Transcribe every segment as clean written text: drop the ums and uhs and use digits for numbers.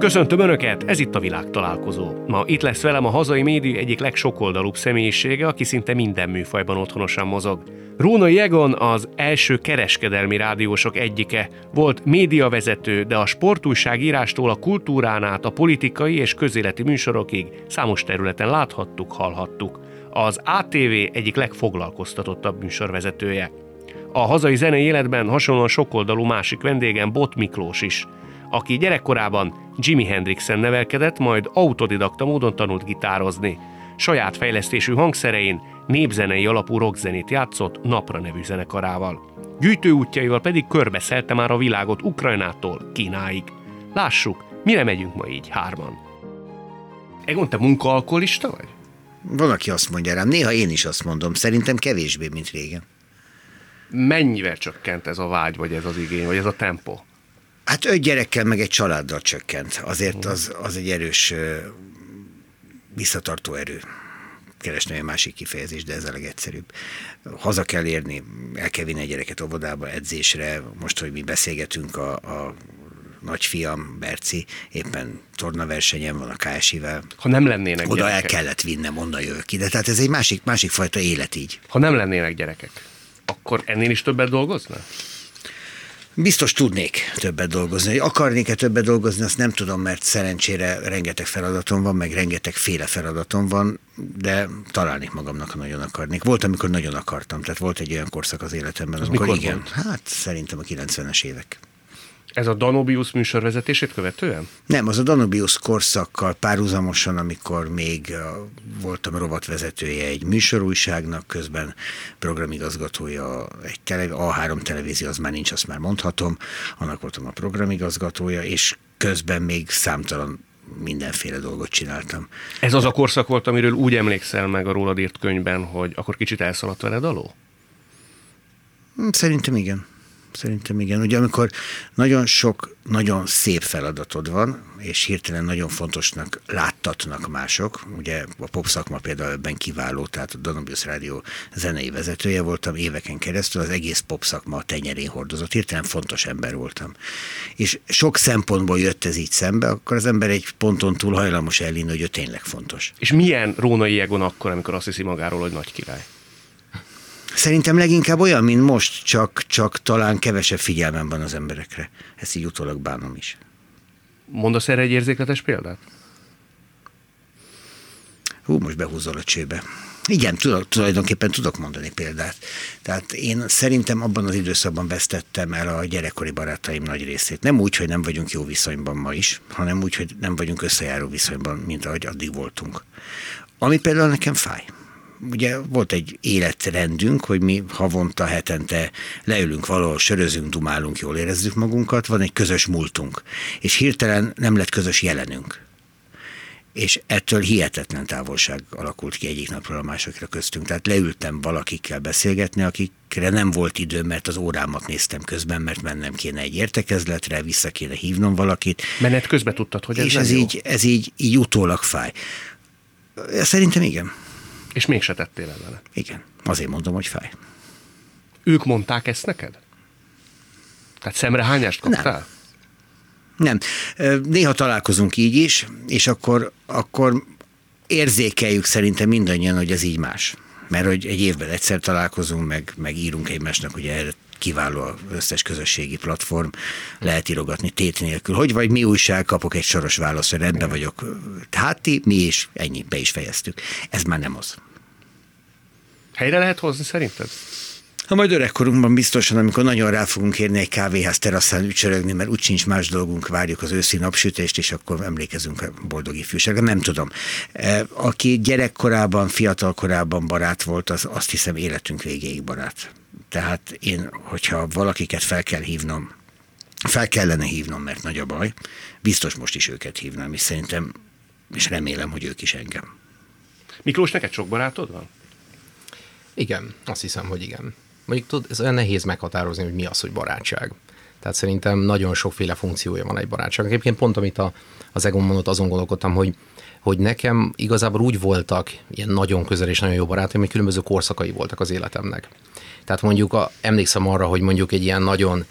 Köszöntöm Önöket, ez itt a Világtalálkozó. Ma itt lesz velem a hazai média egyik legsokoldalúbb személyisége, aki szinte minden műfajban otthonosan mozog. Rónai Egon az első kereskedelmi rádiósok egyike, volt médiavezető, de a sportújságírástól a kultúrán át a politikai és közéleti műsorokig számos területen láthattuk, hallhattuk. Az ATV egyik legfoglalkoztatottabb műsorvezetője. A hazai zenei életben hasonlóan sokoldalú másik vendégem Bot Miklós is, aki gyerekkorában Jimi Hendrixen nevelkedett, majd autodidakta módon tanult gitározni. Saját fejlesztésű hangszerein népzenei alapú rockzenét játszott Napra nevű zenekarával. Gyűjtőútjaival pedig körbeszelte már a világot Ukrajnától Kínáig. Lássuk, mire megyünk ma így hárman. Egon, te munkaalkoholista vagy? Van, aki azt mondja rám, néha én is azt mondom, szerintem kevésbé, mint régen. Mennyivel csökkent ez a vágy, vagy ez az igény, vagy ez a tempó? Hát 5 gyerekkel meg egy családdal csökkent. Azért az egy erős visszatartó erő. Keresnem egy másik kifejezés, de ez a legegyszerűbb. Haza kell érni, el kell vinni a gyereket óvodába, edzésre. Most, hogy mi beszélgetünk, a nagyfiam, Berci, éppen tornaversenyen van a KSI-vel. Ha nem lennének oda gyerekek. El kellett vinnem, onnan jövök ide. Tehát ez egy másik fajta élet így. Ha nem lennének gyerekek, akkor ennél is többet dolgoznál? Biztos tudnék többet dolgozni. Hogy akarnék-e többet dolgozni, azt nem tudom, mert szerencsére rengeteg feladatom van, meg rengetegféle feladatom van, de találnék magamnak, ha nagyon akarnék. Volt, amikor nagyon akartam, tehát volt egy olyan korszak az életemben, az amikor mikor igen. volt? Hát szerintem a 90-es évek. Ez a Danubius műsorvezetését követően? Nem, az a Danubius korszakkal párhuzamosan, amikor még voltam rovatvezetője egy műsorújságnak, közben programigazgatója egy A3 televízió, az már nincs, azt már mondhatom, annak voltam a programigazgatója, és közben még számtalan mindenféle dolgot csináltam. Ez az a korszak volt, amiről úgy emlékszel meg a rólad írt könyvben, hogy akkor kicsit elszaladt veled alól? Szerintem igen. Ugye amikor nagyon sok, nagyon szép feladatod van, és hirtelen nagyon fontosnak láttatnak mások, ugye a pop szakma például ebben kiváló, tehát a Danubius Rádió zenei vezetője voltam éveken keresztül, az egész pop szakma a tenyerén hordozott, hirtelen fontos ember voltam. És sok szempontból jött ez így szembe, akkor az ember egy ponton túl hajlamos elhinni, hogy ő tényleg fontos. És milyen Rónai Egon akkor, amikor azt hiszi magáról, hogy nagy király? Szerintem leginkább olyan, mint most, csak talán kevesebb figyelmem van az emberekre. Ezt így utólag bánom is. Mondasz erre egy érzékletes példát? Most behúzol a csőbe. Igen, tulajdonképpen tudok mondani példát. Tehát én szerintem abban az időszakban vesztettem el a gyerekkori barátaim nagy részét. Nem úgy, hogy nem vagyunk jó viszonyban ma is, hanem úgy, hogy nem vagyunk összejáró viszonyban, mint ahogy addig voltunk. Ami például nekem fáj. Ugye volt egy életrendünk, hogy mi havonta, hetente leülünk valahol, sörözünk, dumálunk, jól érezzük magunkat, van egy közös múltunk, és hirtelen nem lett közös jelenünk. És ettől hihetetlen távolság alakult ki egyik napról a másikra köztünk. Tehát leültem valakikkel beszélgetni, akikre nem volt időm, mert az órámat néztem közben, mert mennem kéne egy értekezletre, vissza kéne hívnom valakit. Menet közben tudtad, hogy ez és nem jó? ez így utólag fáj. Szerintem igen. És mégse tettél ellene. Igen, azért mondom, hogy fáj. Ők mondták ezt neked? Tehát szemrehányást kaptál? Nem. Néha találkozunk így is, és akkor érzékeljük szerintem mindannyian, hogy ez így más. Mert hogy egy évben egyszer találkozunk, meg írunk egymásnak, hogy erre kiváló az összes közösségi platform, lehet írogatni tét nélkül. Hogy vagy mi újság, kapok egy soros választ, hogy rendben vagyok. Hát ti, mi is, ennyi, be is fejeztük. Ez már nem az. Helyre lehet hozni szerinted? Ha majd öregkorunkban biztosan, amikor nagyon rá fogunk érni egy kávéház teraszán ücsörögni, mert úgy sincs más dolgunk, várjuk az őszi napsütést, és akkor emlékezünk a boldog ifjúságra. Nem tudom. Aki gyerekkorában, fiatalkorában barát volt, az azt hiszem életünk végéig barát. Tehát én, hogyha valakiket fel kellene hívnom, mert nagy a baj, biztos most is őket hívnám, és szerintem, és remélem, hogy ők is engem. Miklós, neked sok barátod van? Igen, azt hiszem, hogy igen. Mondjuk tudod, ez olyan nehéz meghatározni, hogy mi az, hogy barátság. Tehát szerintem nagyon sokféle funkciója van egy barátságnak. Egyébként pont, amit az Egon mondott, azon gondolkodtam, hogy nekem igazából úgy voltak ilyen nagyon közel és nagyon jó barátaim, hogy különböző korszakai voltak az életemnek. Tehát mondjuk emlékszem arra, hogy mondjuk egy ilyen nagyon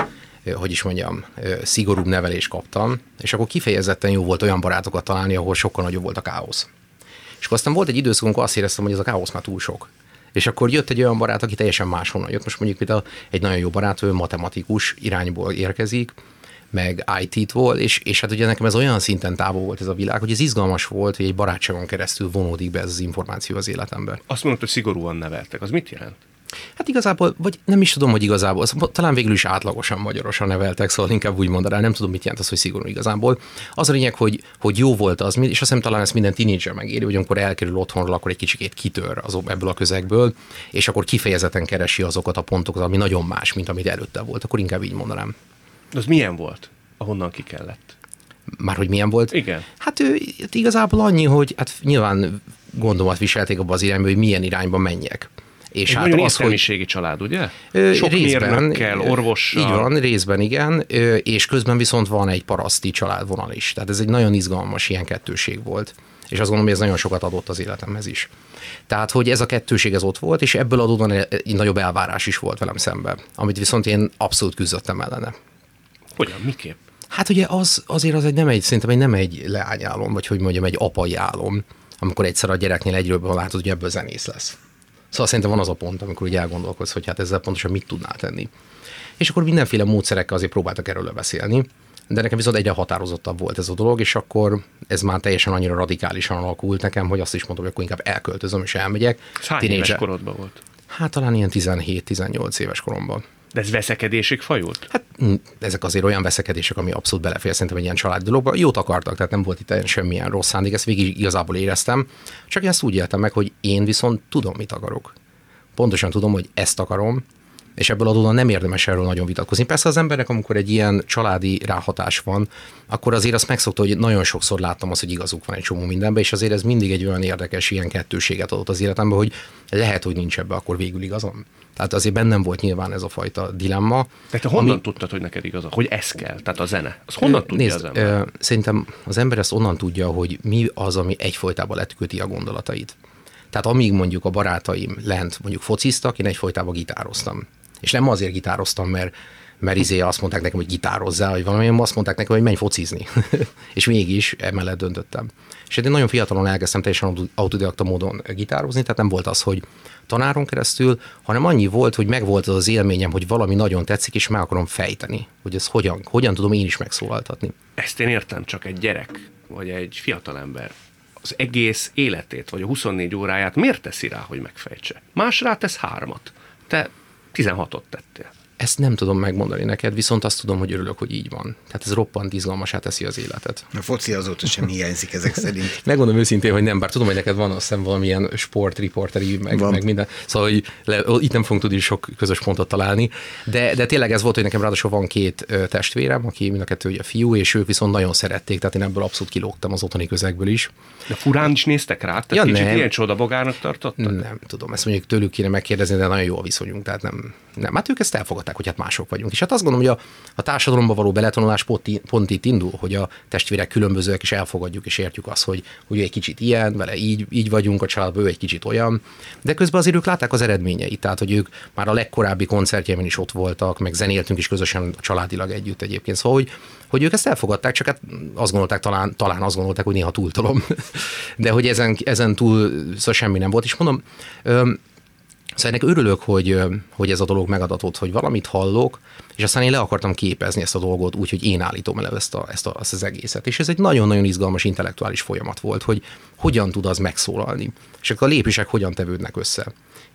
hogy is mondjam, szigorúbb nevelést kaptam, és akkor kifejezetten jó volt olyan barátokat találni, ahol sokkal nagyobb volt a káosz. És akkor aztán volt egy időszak, amikor azt éreztem, hogy ez a káosz már túl sok. És akkor jött egy olyan barát, aki teljesen máshonnan jött. Most mondjuk egy nagyon jó barát, ő matematikus irányból érkezik, meg IT-tól, és hát ugye nekem ez olyan szinten távol volt ez a világ, hogy ez izgalmas volt, hogy egy barátságon keresztül vonódik be ez az információ az életembe. Azt mondod, hogy szigorúan neveltek. Az mit jelent? Hát igazából, vagy nem is tudom, hogy igazából, talán végül is átlagosan magyarosan neveltek, szóval inkább úgy mondanám, nem tudom, mit jelent az, hogy szigorú igazából. Az a lényeg, hogy jó volt az, és azt hiszem talán ezt minden tínédzser megéri, hogy amikor elkerül otthonról, akkor egy kicsikét kitör ebből a közegből, és akkor kifejezetten keresi azokat a pontokat, ami nagyon más, mint amit előtte volt. Akkor inkább így mondanám. Az milyen volt, ahonnan ki kellett? Már hogy milyen volt? Igen. Hát igazából annyi, hogy hát nyilván gondomat viselték abba az irányba, hogy milyen irányba menjek. És egy hát nagyon az, értelmiségi család, ugye? Sok részben, mérnökkel, orvossal. Így van, részben igen, és közben viszont van egy paraszti családvonal is. Tehát ez egy nagyon izgalmas ilyen kettőség volt. És azt gondolom, hogy ez nagyon sokat adott az életemhez is. Tehát, hogy ez a kettőség ez ott volt, és ebből adódóan egy nagyobb elvárás is volt velem szemben, amit viszont én abszolút küzdöttem ellene. Hogyan? Miképp? Hát ugye azért az szerintem nem egy leányálom, vagy hogy mondjam, egy apai álom, amikor egyszer a gyereknél egyről látod, hogy ebből zenész lesz. Szóval szerintem van az a pont, amikor úgy elgondolkodsz, hogy hát ezzel pontosan mit tudnál tenni. És akkor mindenféle módszerekkel azért próbáltak erről beszélni, de nekem viszont egyre határozottabb volt ez a dolog, és akkor ez már teljesen annyira radikálisan alakult nekem, hogy azt is mondom, hogy akkor inkább elköltözöm és elmegyek. Hány éves korodban volt? Hát talán ilyen 17-18 éves koromban. De ez veszekedésig fajult? Hát ezek azért olyan veszekedések, ami abszolút belefér szerintem egy ilyen családi dologba. Jót akartak, tehát nem volt itt semmilyen rossz szándék, ezt végig igazából éreztem. Csak én ezt úgy éltem meg, hogy én viszont tudom, mit akarok. Pontosan tudom, hogy ezt akarom, és ebből adódóan nem érdemes erről nagyon vitatkozni. Persze az embernek, amikor egy ilyen családi ráhatás van, akkor azért azt megszokta, hogy nagyon sokszor láttam azt, hogy igazuk van egy csomó mindenben, és azért ez mindig egy olyan érdekes ilyen kettőséget adott az életemben, hogy lehet, hogy nincs ebbe akkor végül igazam. Tehát azért bennem volt nyilván ez a fajta dilemma. Tehát te honnan tudtad, hogy neked igazad? Hogy ez kell? Tehát a zene. Az honnan tudja az ember? Szerintem az ember ezt onnan tudja, hogy mi az, ami egyfolytában leköti a gondolatait. Tehát amíg mondjuk a barátaim lent mondjuk fociztak, én egyfolytában gitároztam. És nem azért gitároztam, mert azt mondták nekem, hogy gitározzál, vagy valami, azt mondták nekem, hogy menj focizni. És mégis emellett döntöttem. És én nagyon fiatalon elkezdtem teljesen autodidakta módon gitározni, tehát nem volt az, hogy tanáron keresztül, hanem annyi volt, hogy megvolt az élményem, hogy valami nagyon tetszik, és meg akarom fejteni, hogy ez hogyan tudom én is megszólaltatni. Ezt én értem, csak egy gyerek, vagy egy fiatalember az egész életét, vagy a 24 óráját miért teszi rá, hogy megfejtse? Más rá tesz 3. Te 16-ot tettél. Ezt nem tudom megmondani neked, viszont azt tudom, hogy örülök, hogy így van. Tehát ez roppant izgalmasá teszi az életet. A foci azóta sem hiányzik ezek szerint. Megmondom őszintén, hogy nem, bár tudom, hogy neked van azt hiszem valamilyen sportriporteri, meg minden. Szóval, hogy itt nem fogunk tudni sok közös pontot találni, de tényleg ez volt, hogy nekem ráadásul van 2 testvérem, aki mind a 2 ugye fiú, és ők viszont nagyon szerették, tehát én ebből abszolút kilógtam az otthoni közegből is. De furán is néztek rá? Tehát kicsit ilyen csodabogárnak tartottak? Nem tudom, ezt mondjuk tőlük kéne megkérdezni, de nagyon jó a viszonyunk, tehát nem. Hát ők ezt elfogadták, hogy hát mások vagyunk. És hát azt gondolom, hogy a társadalomba való beletanulás pont itt indul, hogy a testvérek különbözőek, és elfogadjuk, és értjük azt, hogy ő egy kicsit ilyen, vele így vagyunk a családban, ő egy kicsit olyan. De közben azért ők látták az eredményeit, tehát hogy ők már a legkorábbi koncertjeimen is ott voltak, meg zenéltünk is közösen családilag együtt egyébként. Szóval, hogy ők ezt elfogadták, csak hát azt gondolták, talán azt gondolták, hogy néha túltolom. De hogy ezen túl szóval semmi nem volt. És mondom, szóval ennek örülök, hogy ez a dolog megadatott, hogy valamit hallok, és aztán én le akartam képezni ezt a dolgot úgy, hogy én állítom el ezt az egészet. És ez egy nagyon-nagyon izgalmas intellektuális folyamat volt, hogy hogyan tud az megszólalni. És akkor a lépések hogyan tevődnek össze.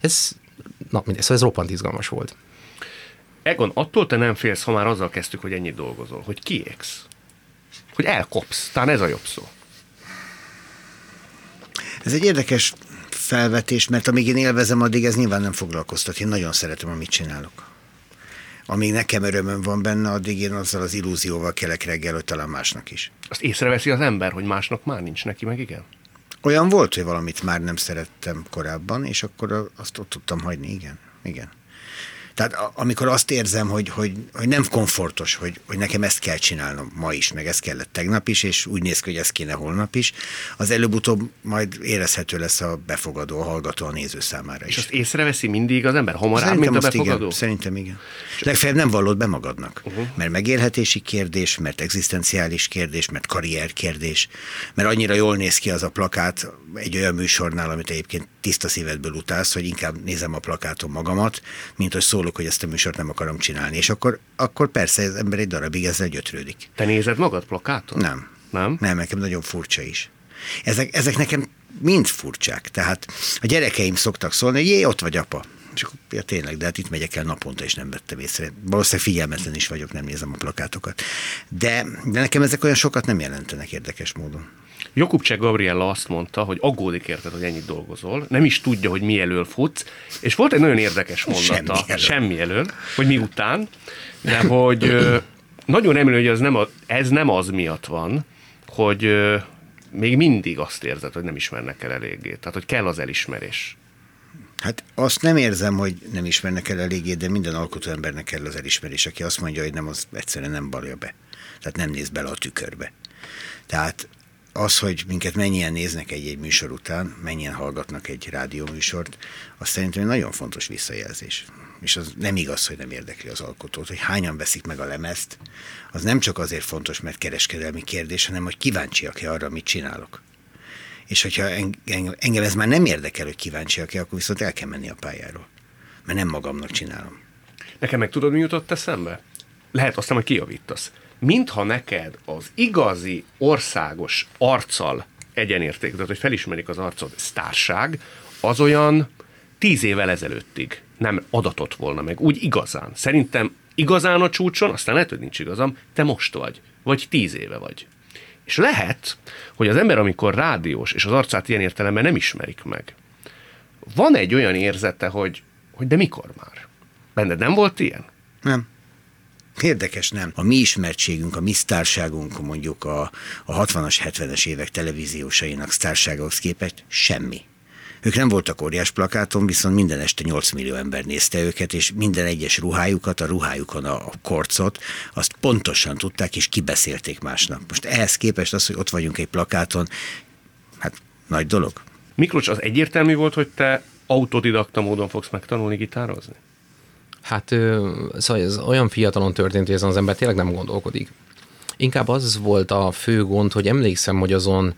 Szóval ez roppant izgalmas volt. Egon, attól te nem félsz, ha már azzal kezdtük, hogy ennyit dolgozol, hogy kiégsz, hogy elkopsz, talán ez a jobb szó. Ez egy érdekes felvetés, mert amíg én élvezem, addig ez nyilván nem foglalkoztat. Én nagyon szeretem, amit csinálok. Amíg nekem örömöm van benne, addig én azzal az illúzióval kelek reggel, hogy talán másnak is. Azt észreveszi az ember, hogy másnak már nincs, neki meg igen? Olyan volt, hogy valamit már nem szerettem korábban, és akkor azt ott tudtam hagyni, igen. Tehát amikor azt érzem, hogy nem komfortos, hogy nekem ezt kell csinálnom ma is, meg ezt kellett tegnap is, és úgy néz ki, hogy ez kéne holnap is, az előbb-utóbb majd érezhető lesz a befogadó, a hallgató, a néző számára is. És azt észreveszi mindig az ember hamarabb, mint a befogadó? Igen, szerintem igen. Legfeljebb nem vallod be magadnak. Mert megélhetési kérdés, mert egzisztenciális kérdés, mert karrier kérdés, mert annyira jól néz ki az a plakát egy olyan műsornál, amit egyébként tiszta szívedből utálsz, hogy inkább nézem a plakáton magamat, mint hogy szólok, hogy ezt a műsort nem akarom csinálni. És akkor persze az ember egy darabig ezzel gyötrődik. Te nézed magad plakáton? Nem. Nem? Nem, nekem nagyon furcsa is. Ezek nekem mind furcsák. Tehát a gyerekeim szoktak szólni, hogy jé, ott vagy apa. És akkor, ja, tényleg, de hát itt megyek el naponta, és nem vettem észre. Valószínűleg figyelmetlen is vagyok, nem nézem a plakátokat. De nekem ezek olyan sokat nem jelentenek érdekes módon. Jakubcsák Gabriella azt mondta, hogy aggódik érted, hogy ennyit dolgozol, nem is tudja, hogy mi elől futsz, és volt egy nagyon érdekes mondata, semmi elől, hogy mi után, de hogy nagyon remélem, hogy ez nem az miatt van, hogy még mindig azt érzed, hogy nem ismernek el eléggé. Tehát, hogy kell az elismerés. Hát azt nem érzem, hogy nem ismernek el eléggé, de minden alkotó embernek kell az elismerés, aki azt mondja, hogy nem, az egyszerűen nem vallja be. Tehát nem néz bele a tükörbe. Tehát az, hogy minket mennyien néznek egy műsor után, mennyien hallgatnak egy rádióműsort, az szerintem egy nagyon fontos visszajelzés. És az nem igaz, hogy nem érdekli az alkotót, hogy hányan veszik meg a lemezt, az nem csak azért fontos, mert kereskedelmi kérdés, hanem hogy kíváncsiak-e arra, mit csinálok. És hogyha engem ez már nem érdekel, hogy kíváncsiak-e, akkor viszont el kell menni a pályáról. Mert nem magamnak csinálom. Nekem meg tudod, mi jutott eszembe? Lehet aztán, hogy kijavítasz. Mintha neked az igazi országos arccal egyenérték, tehát hogy felismerik az arcod sztárság, az olyan 10 évvel ezelőttig nem adatott volna meg. Úgy igazán. Szerintem igazán a csúcson, aztán lehet, hogy nincs igazam, te most vagy 10 éve vagy. És lehet, hogy az ember, amikor rádiós, és az arcát ilyen értelemben nem ismerik meg, van egy olyan érzete, hogy de mikor már? Benned nem volt ilyen? Nem. Érdekes, nem. A mi ismertségünk, a mi sztárságunk, mondjuk a 60-as, 70-es évek televíziósainak sztárságokhoz képest semmi. Ők nem voltak óriás plakáton, viszont minden este 8 millió ember nézte őket, és minden egyes ruhájukat, a ruhájukon a korcot, azt pontosan tudták, és kibeszélték másnap. Most ehhez képest az, hogy ott vagyunk egy plakáton, hát nagy dolog. Miklós, az egyértelmű volt, hogy te autodidakta módon fogsz megtanulni gitározni? Hát szóval ez olyan fiatalon történt, hogy ezen az ember tényleg nem gondolkodik. Inkább az volt a fő gond, hogy emlékszem, hogy azon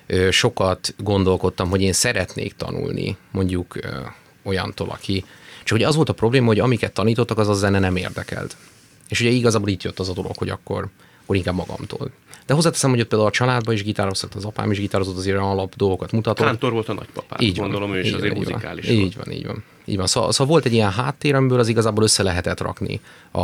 sokat gondolkodtam, hogy én szeretnék tanulni, mondjuk olyantól, aki. Csak ugye az volt a probléma, hogy amiket tanítottak, az a zene nem érdekelt. És ugye igazából itt jött az a dolog, hogy akkor inkább magamtól. De hozzáteszem, hogy ott például a családban is gitározott, az apám is gitározott, azért alap dolgokat mutatott. Kántor volt a nagypapám, így gondolom, ő is azért muzikális volt. Így van. Szóval volt egy ilyen háttér, amiből az igazából össze lehetett rakni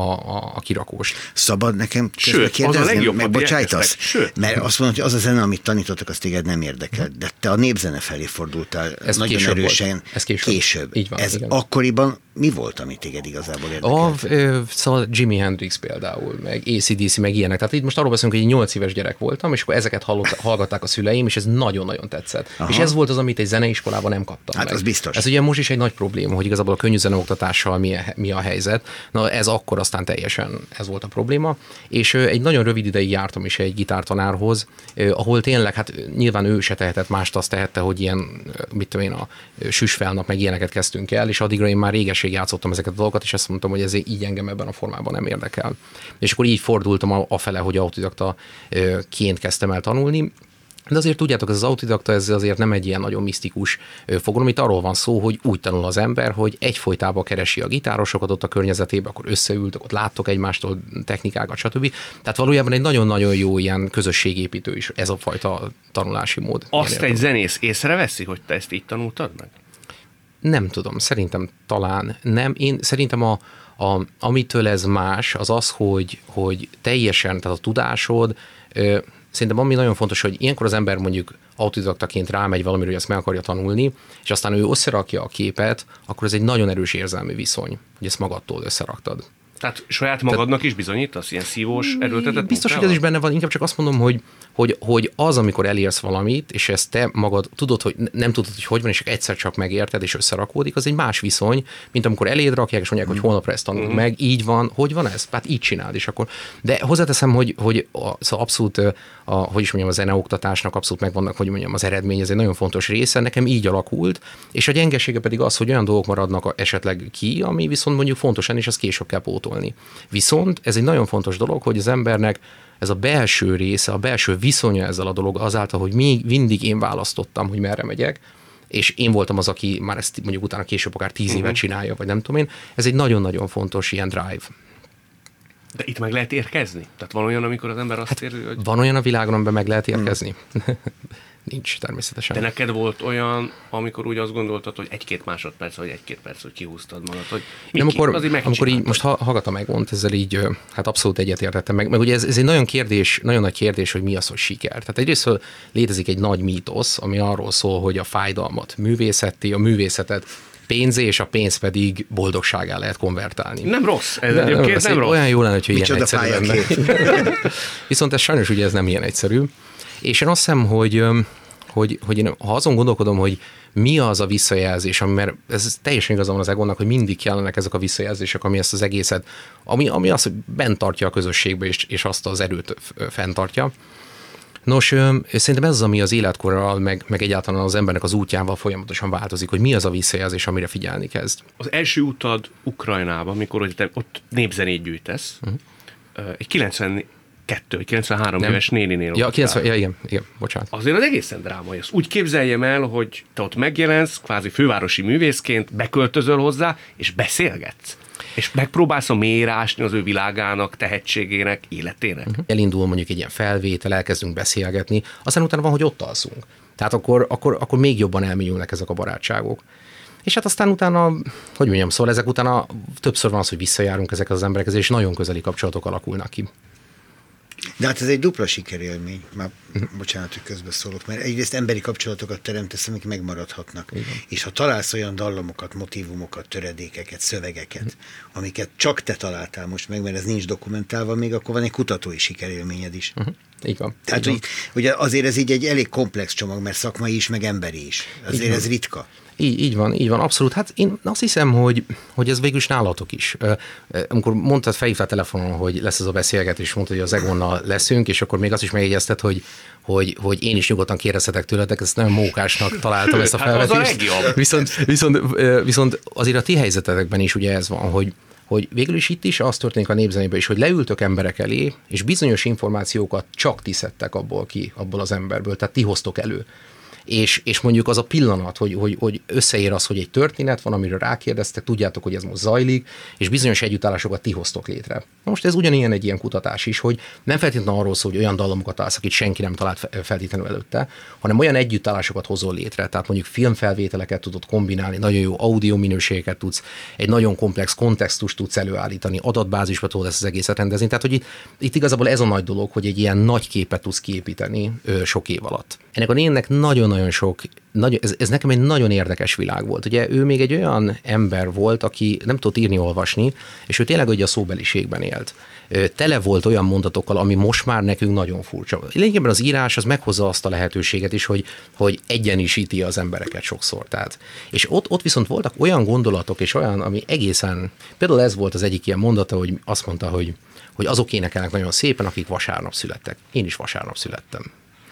a kirakóst. Szabad nekem kérdezni, megbocsájtasz? Mert azt mondod, hogy az a zene, amit tanítottak, azt téged nem érdekel. De te a népzene felé fordultál ez nagyon erősen. Ez később. Így van, ez igen. Akkoriban mi volt, amit téged igazából érdekel? Szóval Jimi Hendrix például, meg AC/DC, meg ilyenek. Tehát itt most arról beszélünk, hogy egy 8 éves gyerek voltam, és akkor ezeket hallgatták a szüleim, és ez nagyon-nagyon tetszett. Aha. És ez volt az, amit egy zeneiskolában nem kaptam hát meg. Az biztos. Ez ugye most is egy nagy probléma, hogy igazából a könnyű zeneoktatással mi a helyzet. Na ez akkor aztán teljesen ez volt a probléma. És egy nagyon rövid ideig jártam is egy gitártanárhoz, ahol tényleg, hát nyilván ő se tehetett mást, azt tehette, hogy ilyen, mit tudom én, a süsfelnap, meg ilyeneket kezdtünk el, és addigra én már régeség játszottam ezeket a dolgokat, és azt mondtam, hogy ez így engem ebben a formában nem érdekel. És akkor így fordultam afele, hogy autodidaktaként kezdtem el tanulni. De azért tudjátok, ez az autodidakta, ez azért nem egy ilyen nagyon misztikus fogalom, itt arról van szó, hogy úgy tanul az ember, hogy egyfolytában keresi a gitárosokat ott a környezetében, akkor összeültök, ott láttok egymástól technikákat, stb. Tehát valójában egy nagyon-nagyon jó ilyen közösségépítő is ez a fajta tanulási mód. Azt egy zenész észreveszi, hogy te ezt így tanultad meg? Nem tudom, szerintem talán nem. Én szerintem amitől ez más, az, hogy teljesen, tehát a tudásod, szerintem ami nagyon fontos, hogy ilyenkor az ember mondjuk autodidaktaként rámegy valamiről, hogy ezt meg akarja tanulni, és aztán ő összerakja a képet, akkor ez egy nagyon erős érzelmi viszony, hogy ezt magadtól összeraktad. Tehát saját magadnak is bizonyítasz ilyen szívós, erőltetett biztos, hogy ez is benne van, inkább csak azt mondom, hogy az, amikor elérsz valamit, és ezt te magad tudod, hogy nem tudod, hogy van, és egyszer csak megérted, és összerakódik, az egy más viszony, mint amikor eléd rakják, és mondják, hogy holnapra ezt tanulod meg, így van, hogy van ez? Hát így csináld, és akkor. De hozzáteszem, hogy szóval abszolút, hogy is mondjam, a zeneoktatásnak abszolút megvannak, hogy mondjam, az eredmény, ez egy nagyon fontos része, nekem így alakult, és a gyengesége pedig az, hogy olyan dolgok maradnak esetleg ki, ami viszont mondjuk fontosan, és azt később kell pótolni. Viszont ez egy nagyon fontos dolog, hogy az embernek ez a belső része, a belső viszonya ezzel a dolog azáltal, hogy mindig én választottam, hogy merre megyek, és én voltam az, aki már ezt mondjuk utána később akár 10 évet csinálja, vagy nem tudom én. Ez egy nagyon-nagyon fontos ilyen drive. De itt meg lehet érkezni? Tehát van olyan, amikor az ember azt érzi, hogy... Van olyan a világon, amiben meg lehet érkezni? Nincs természetesen. De neked volt olyan, amikor úgy azt gondoltad, hogy 1-2 másodperc, vagy 1-2 perc, hogy kihúztad magad, hogy amikor így most hallgatom megmond, ezzel így hát abszolút egyetértettem meg ugye ez egy nagyon nagy kérdés, hogy mi az, hogy siker. Tehát egyrészt létezik egy nagy mítosz, ami arról szól, hogy a fájdalmat művészetté, a művészetet pénzé, és a pénz pedig boldogságá lehet konvertálni. Nem rossz. Ez egyébként nem rossz. Olyan jó lenne, hogy ilyen egyszerű lenne. Viszont ez sajnos ugye ez nem ilyen egyszerű. És én azt hiszem, hogy én, ha azon gondolkodom, hogy mi az a visszajelzés, mert ez teljesen igazán van az egónak, hogy mindig kellenek ezek a visszajelzések, ami ezt az egészet, ami azt, hogy bent tartja a közösségbe, és azt az erőt fenntartja. Nos, szerintem ez az, ami az életkorral, meg egyáltalán az embernek az útjával folyamatosan változik, hogy mi az a visszajelzés, amire figyelni kezd. Az első utad Ukrajnába, mikor te ott népzenét gyűjtesz, egy 93 éves néninél. Ja, igen, bocsánat. Azért az egészen drámai. Azt úgy képzeljem el, hogy te ott megjelensz, kvázi fővárosi művészként, beköltözöl hozzá, és beszélgetsz. És megpróbálsz a mélyre ásni az ő világának, tehetségének, életének. Elindul mondjuk egy ilyen felvétel, elkezdünk beszélgetni, aztán utána van, hogy ott alszunk. Tehát akkor még jobban elmélyülnek ezek a barátságok. És hát aztán utána, hogy mondjam, szóval ezek utána többször van az, hogy visszajárunk ezekhez az emberekhez, és nagyon közeli kapcsolatok alakulnak ki. De hát ez egy dupla sikerélmény, már bocsánat, hogy közbeszólok, mert egyrészt emberi kapcsolatokat teremtesz, amik megmaradhatnak. Igen. És ha találsz olyan dallamokat, motívumokat, töredékeket, szövegeket, amiket csak te találtál most meg, mert ez nincs dokumentálva még, akkor van egy kutatói sikerélményed is. Igen. Tehát ugye azért ez így egy elég komplex csomag, mert szakmai is, meg emberi is. Azért igen. Ez ritka. Így van, abszolút. Hát én azt hiszem, hogy ez végül is nálatok is. Amikor mondtad, felhívtál telefonon, hogy lesz ez a beszélgetés, mondtad, hogy az Egonnal leszünk, és akkor még azt is megjegyezted, hogy én is nyugodtan kérdezhetek tőletek, ezt nagyon mókásnak találtam ezt a felvetést. Viszont azért a ti helyzetetekben is ugye ez van, hogy végül is itt is az történik a népzenében is, hogy leültök emberek elé, és bizonyos információkat csak ti szedtek abból az emberből, tehát ti hoztok elő. És mondjuk az a pillanat, hogy összeér az, hogy egy történet van, amiről rákérdeztek, tudjátok, hogy ez most zajlik, és bizonyos együttállásokat ti hoztok létre. Na most ez ugyanilyen egy ilyen kutatás is, hogy nem feltétlenül arról szól, hogy olyan dallamokat találsz, akit senki nem talált feltétlenül előtte, hanem olyan együttállásokat hozol létre, tehát mondjuk filmfelvételeket tudod kombinálni, nagyon jó audio minőségeket tudsz, egy nagyon komplex kontextust tudsz előállítani, adatbázisba tudod ezt az egészet rendezni. Tehát, hogy itt igazából ez a nagy dolog, hogy egy ilyen nagy képet tudsz kiépíteni sok év alatt. Ennek a nénnek nagyon sok, ez nekem egy nagyon érdekes világ volt. Ugye ő még egy olyan ember volt, aki nem tudott írni, olvasni, és ő tényleg ugye a szóbeliségben élt. Tele volt olyan mondatokkal, ami most már nekünk nagyon furcsa. Lényegében az írás az meghozza azt a lehetőséget is, hogy egyenisíti az embereket sokszor. Tehát. És ott viszont voltak olyan gondolatok, és olyan, ami egészen, például ez volt az egyik ilyen mondata, hogy azt mondta, hogy azok énekelnek nagyon szépen, akik vasárnap születtek. Én is vasárnap születtem.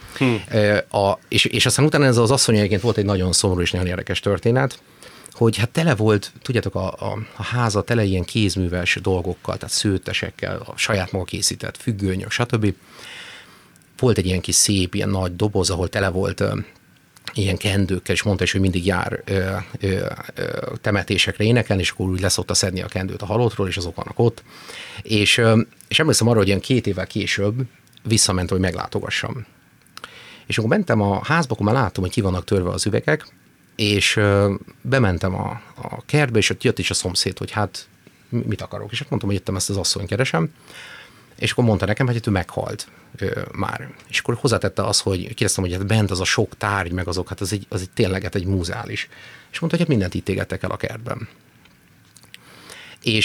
És aztán utána ez az asszony egyébként volt egy nagyon szomorú és nagyon érdekes történet, hogy hát tele volt, tudjátok, a háza tele ilyen kézműves dolgokkal, tehát szőtesekkel, a saját maga készített függönyök, stb. Volt egy ilyen kis szép, ilyen nagy doboz, ahol tele volt ilyen kendőkkel, és mondta is, hogy mindig jár temetésekre énekelni, és akkor úgy leszokta szedni a kendőt a halottról, és azok vannak ott. És emlékszem arra, hogy ilyen 2 évvel később visszamentem, hogy meglátogassam. És akkor mentem a házba, akkor már láttam, hogy ki vannak törve az üvegek, és bementem a kertbe, és ott jött is a szomszéd, hogy hát mit akarok. És akkor mondtam, hogy jöttem, ezt az asszonyt keresem, és akkor mondta nekem, hogy ő meghalt már. És akkor hozzátette az, hogy kérdeztem, hogy hát bent az a sok tárgy, meg azok, hát az egy tényleg egy múzeális. És mondta, hogy hát mindent itt égettek el a kertben. És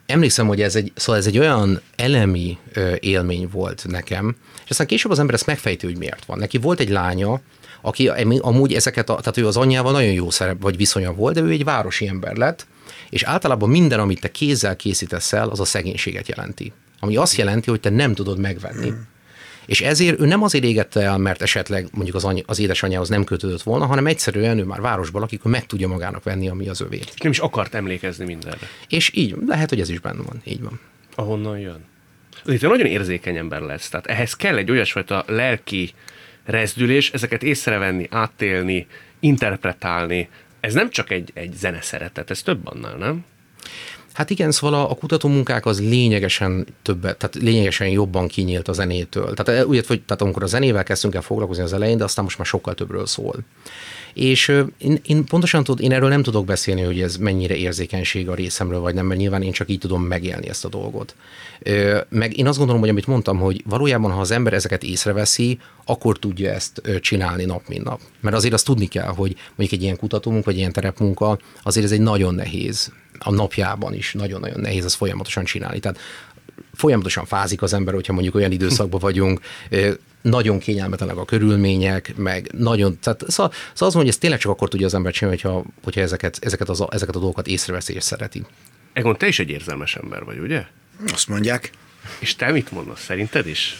emlékszem, hogy ez egy olyan elemi élmény volt nekem, és aztán később az ember ezt megfejti, hogy miért van. Neki volt egy lánya, aki amúgy tehát ő az anyjával nagyon jó szerep vagy viszonya volt, de ő egy városi ember lett, és általában minden, amit te kézzel készítesz el, az a szegénységet jelenti. Ami azt jelenti, hogy te nem tudod megvenni. És ezért ő nem azért égette el, mert esetleg mondjuk az édesanyjához nem kötődött volna, hanem egyszerűen ő már városban lakik, hogy meg tudja magának venni, ami az övé. Nem is akart emlékezni mindenre. És így, lehet, hogy ez is benne van, így van. Ahonnan jön. Azért nagyon érzékeny ember lesz, tehát ehhez kell egy olyasfajta lelki rezdülés, ezeket észrevenni, átélni, interpretálni. Ez nem csak egy zeneszeretet, ez több annál, nem? Hát igen, szóval a kutatómunkák az lényegesen többet, tehát lényegesen jobban kinyílt a zenétől. Tehát tehát amikor a zenével kezdtünk el foglalkozni az elején, de aztán most már sokkal többről szól. És én pontosan én erről nem tudok beszélni, hogy ez mennyire érzékenység a részemről, vagy nem, mert nyilván én csak így tudom megélni ezt a dolgot. Meg én azt gondolom, hogy amit mondtam, hogy valójában, ha az ember ezeket észreveszi, akkor tudja ezt csinálni nap, mint nap. Mert azért azt tudni kell, hogy mondjuk egy ilyen kutatómunka, vagy ilyen terepmunka, azért ez egy nagyon nehéz, a napjában is nagyon-nagyon nehéz ezt folyamatosan csinálni. Tehát folyamatosan fázik az ember, hogyha mondjuk olyan időszakban vagyunk, nagyon kényelmetlenek a körülmények, meg nagyon, szóval azt mondom, hogy ezt tényleg csak akkor tudja az ember csinálni, hogyha ezeket a dolgokat észreveszi és szereti. Egon, te is egy érzelmes ember vagy, ugye? Azt mondják. És te mit mondasz, szerinted is?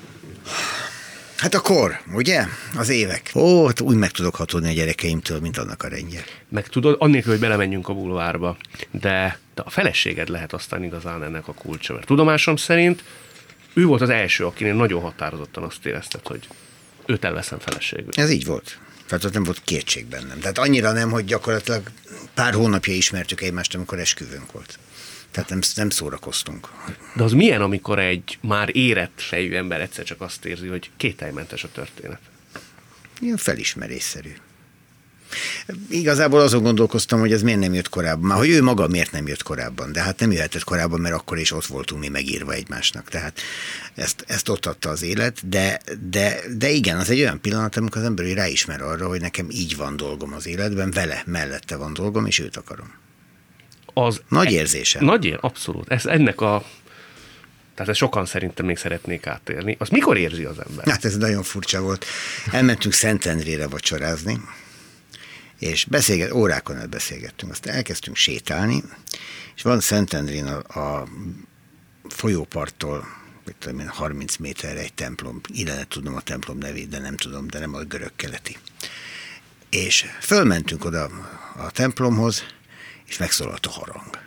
Hát a kor, ugye? Az évek. Ó, hát úgy meg tudok hatódni a gyerekeimtől, mint annak a rendje. Meg tudod, annélkül, hogy belemenjünk a bulvárba, de a feleséged lehet aztán igazán ennek a kulcsa. Mert tudomásom szerint ő volt az első, akinél nagyon határozottan azt érezted, hogy őt elveszem feleségül. Ez így volt. Tehát ott nem volt kétség bennem. Tehát annyira nem, hogy gyakorlatilag pár hónapja ismertük egymást, amikor esküvőnk volt. Tehát nem szórakoztunk. De az milyen, amikor egy már érett fejű ember egyszer csak azt érzi, hogy kételymentes a történet? Ilyen felismerésszerű. Igazából azon gondolkoztam, hogy ez miért nem jött korábban. Már hogy ő maga miért nem jött korábban. De hát nem jöhetett korábban, mert akkor is ott voltunk mi megírva egymásnak. Tehát ezt ott adta az élet. De igen, az egy olyan pillanat, amikor az ember ráismer arra, hogy nekem így van dolgom az életben, vele mellette van dolgom, és őt akarom. Nagy érzésem. Abszolút. Tehát ezt sokan szerintem még szeretnék átélni. Azt mikor érzi az ember? Hát ez nagyon furcsa volt. Elmentünk Szentendrére vacsorázni, és órákon át beszélgettünk. Aztán elkezdtünk sétálni, és van Szentendrén a folyóparttól 30 méterre egy templom. Illene tudom a templom nevét, de nem tudom, de nem a görög-keleti. És fölmentünk oda a templomhoz, és megszólalt a harang.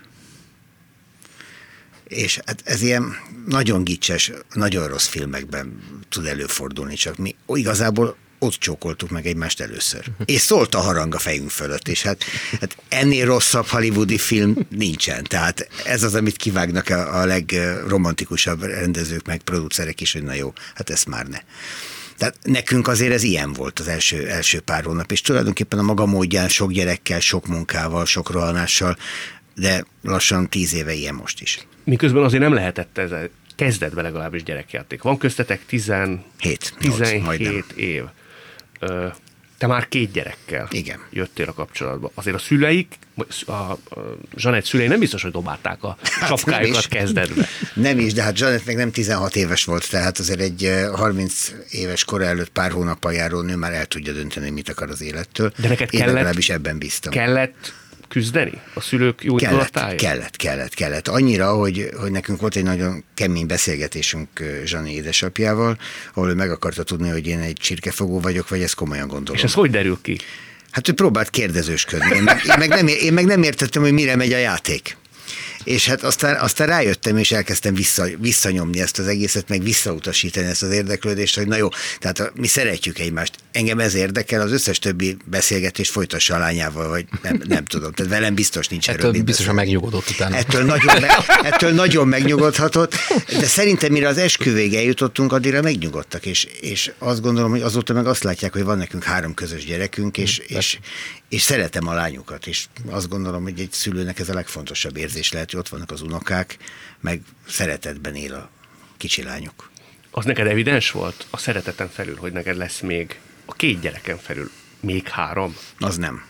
És hát ez ilyen nagyon gicses, nagyon rossz filmekben tud előfordulni, csak mi igazából ott csókoltuk meg egymást először. És szólt a harang a fejünk fölött, és hát ennél rosszabb hollywoodi film nincsen. Tehát ez az, amit kivágnak a legromantikusabb rendezők meg producerek is, hogy na jó, hát ezt már ne. Tehát nekünk azért ez ilyen volt az első pár hónap, és tulajdonképpen a maga módján sok gyerekkel, sok munkával, sok rohanással, de lassan 10 éve ilyen most is. Miközben azért nem lehetett ez kezdetben legalábbis gyerekjáték. Van köztetek 17 év. Te már 2 gyerekkel jöttél a kapcsolatba. Azért a szüleik, a Zsanett szülei nem biztos, hogy dobálták a sapkájukat kezdetbe. Nem is, de hát Zsanett meg nem 16 éves volt, tehát azért egy 30 éves kora előtt pár hónappal járó nő már el tudja dönteni, mit akar az élettől. De neked Én legalábbis ebben bíztam. Kellett küzdeni a szülők jó indulatáért? Kellett. Annyira, hogy nekünk volt egy nagyon kemény beszélgetésünk Zsani édesapjával, ahol ő meg akarta tudni, hogy én egy csirkefogó vagyok, vagy ezt komolyan gondolom. És ez hogy derül ki? Hát ő próbált kérdezősködni. Én meg nem értettem, hogy mire megy a játék. És hát aztán rájöttem, és elkezdtem visszanyomni ezt az egészet, meg visszautasítani ezt az érdeklődést, hogy na jó, tehát mi szeretjük egymást. Engem ez érdekel, az összes többi beszélgetést folytassa a lányával, vagy nem tudom. Tehát velem biztos nincs erről. Ettől biztosan megnyugodott utána. Ettől nagyon megnyugodhatott, de szerintem mire az esküvőig eljutottunk, addigra megnyugodtak, és azt gondolom, hogy azóta meg azt látják, hogy van nekünk 3 közös gyerekünk, és szeretem a lányukat, és azt gondolom, hogy egy szülőnek ez a legfontosabb érzés lehet, hogy ott vannak az unokák, meg szeretetben él a kicsi lányuk. Az neked evidens volt a szereteten felül, hogy neked lesz még a 2 gyereken felül még 3? Az nem.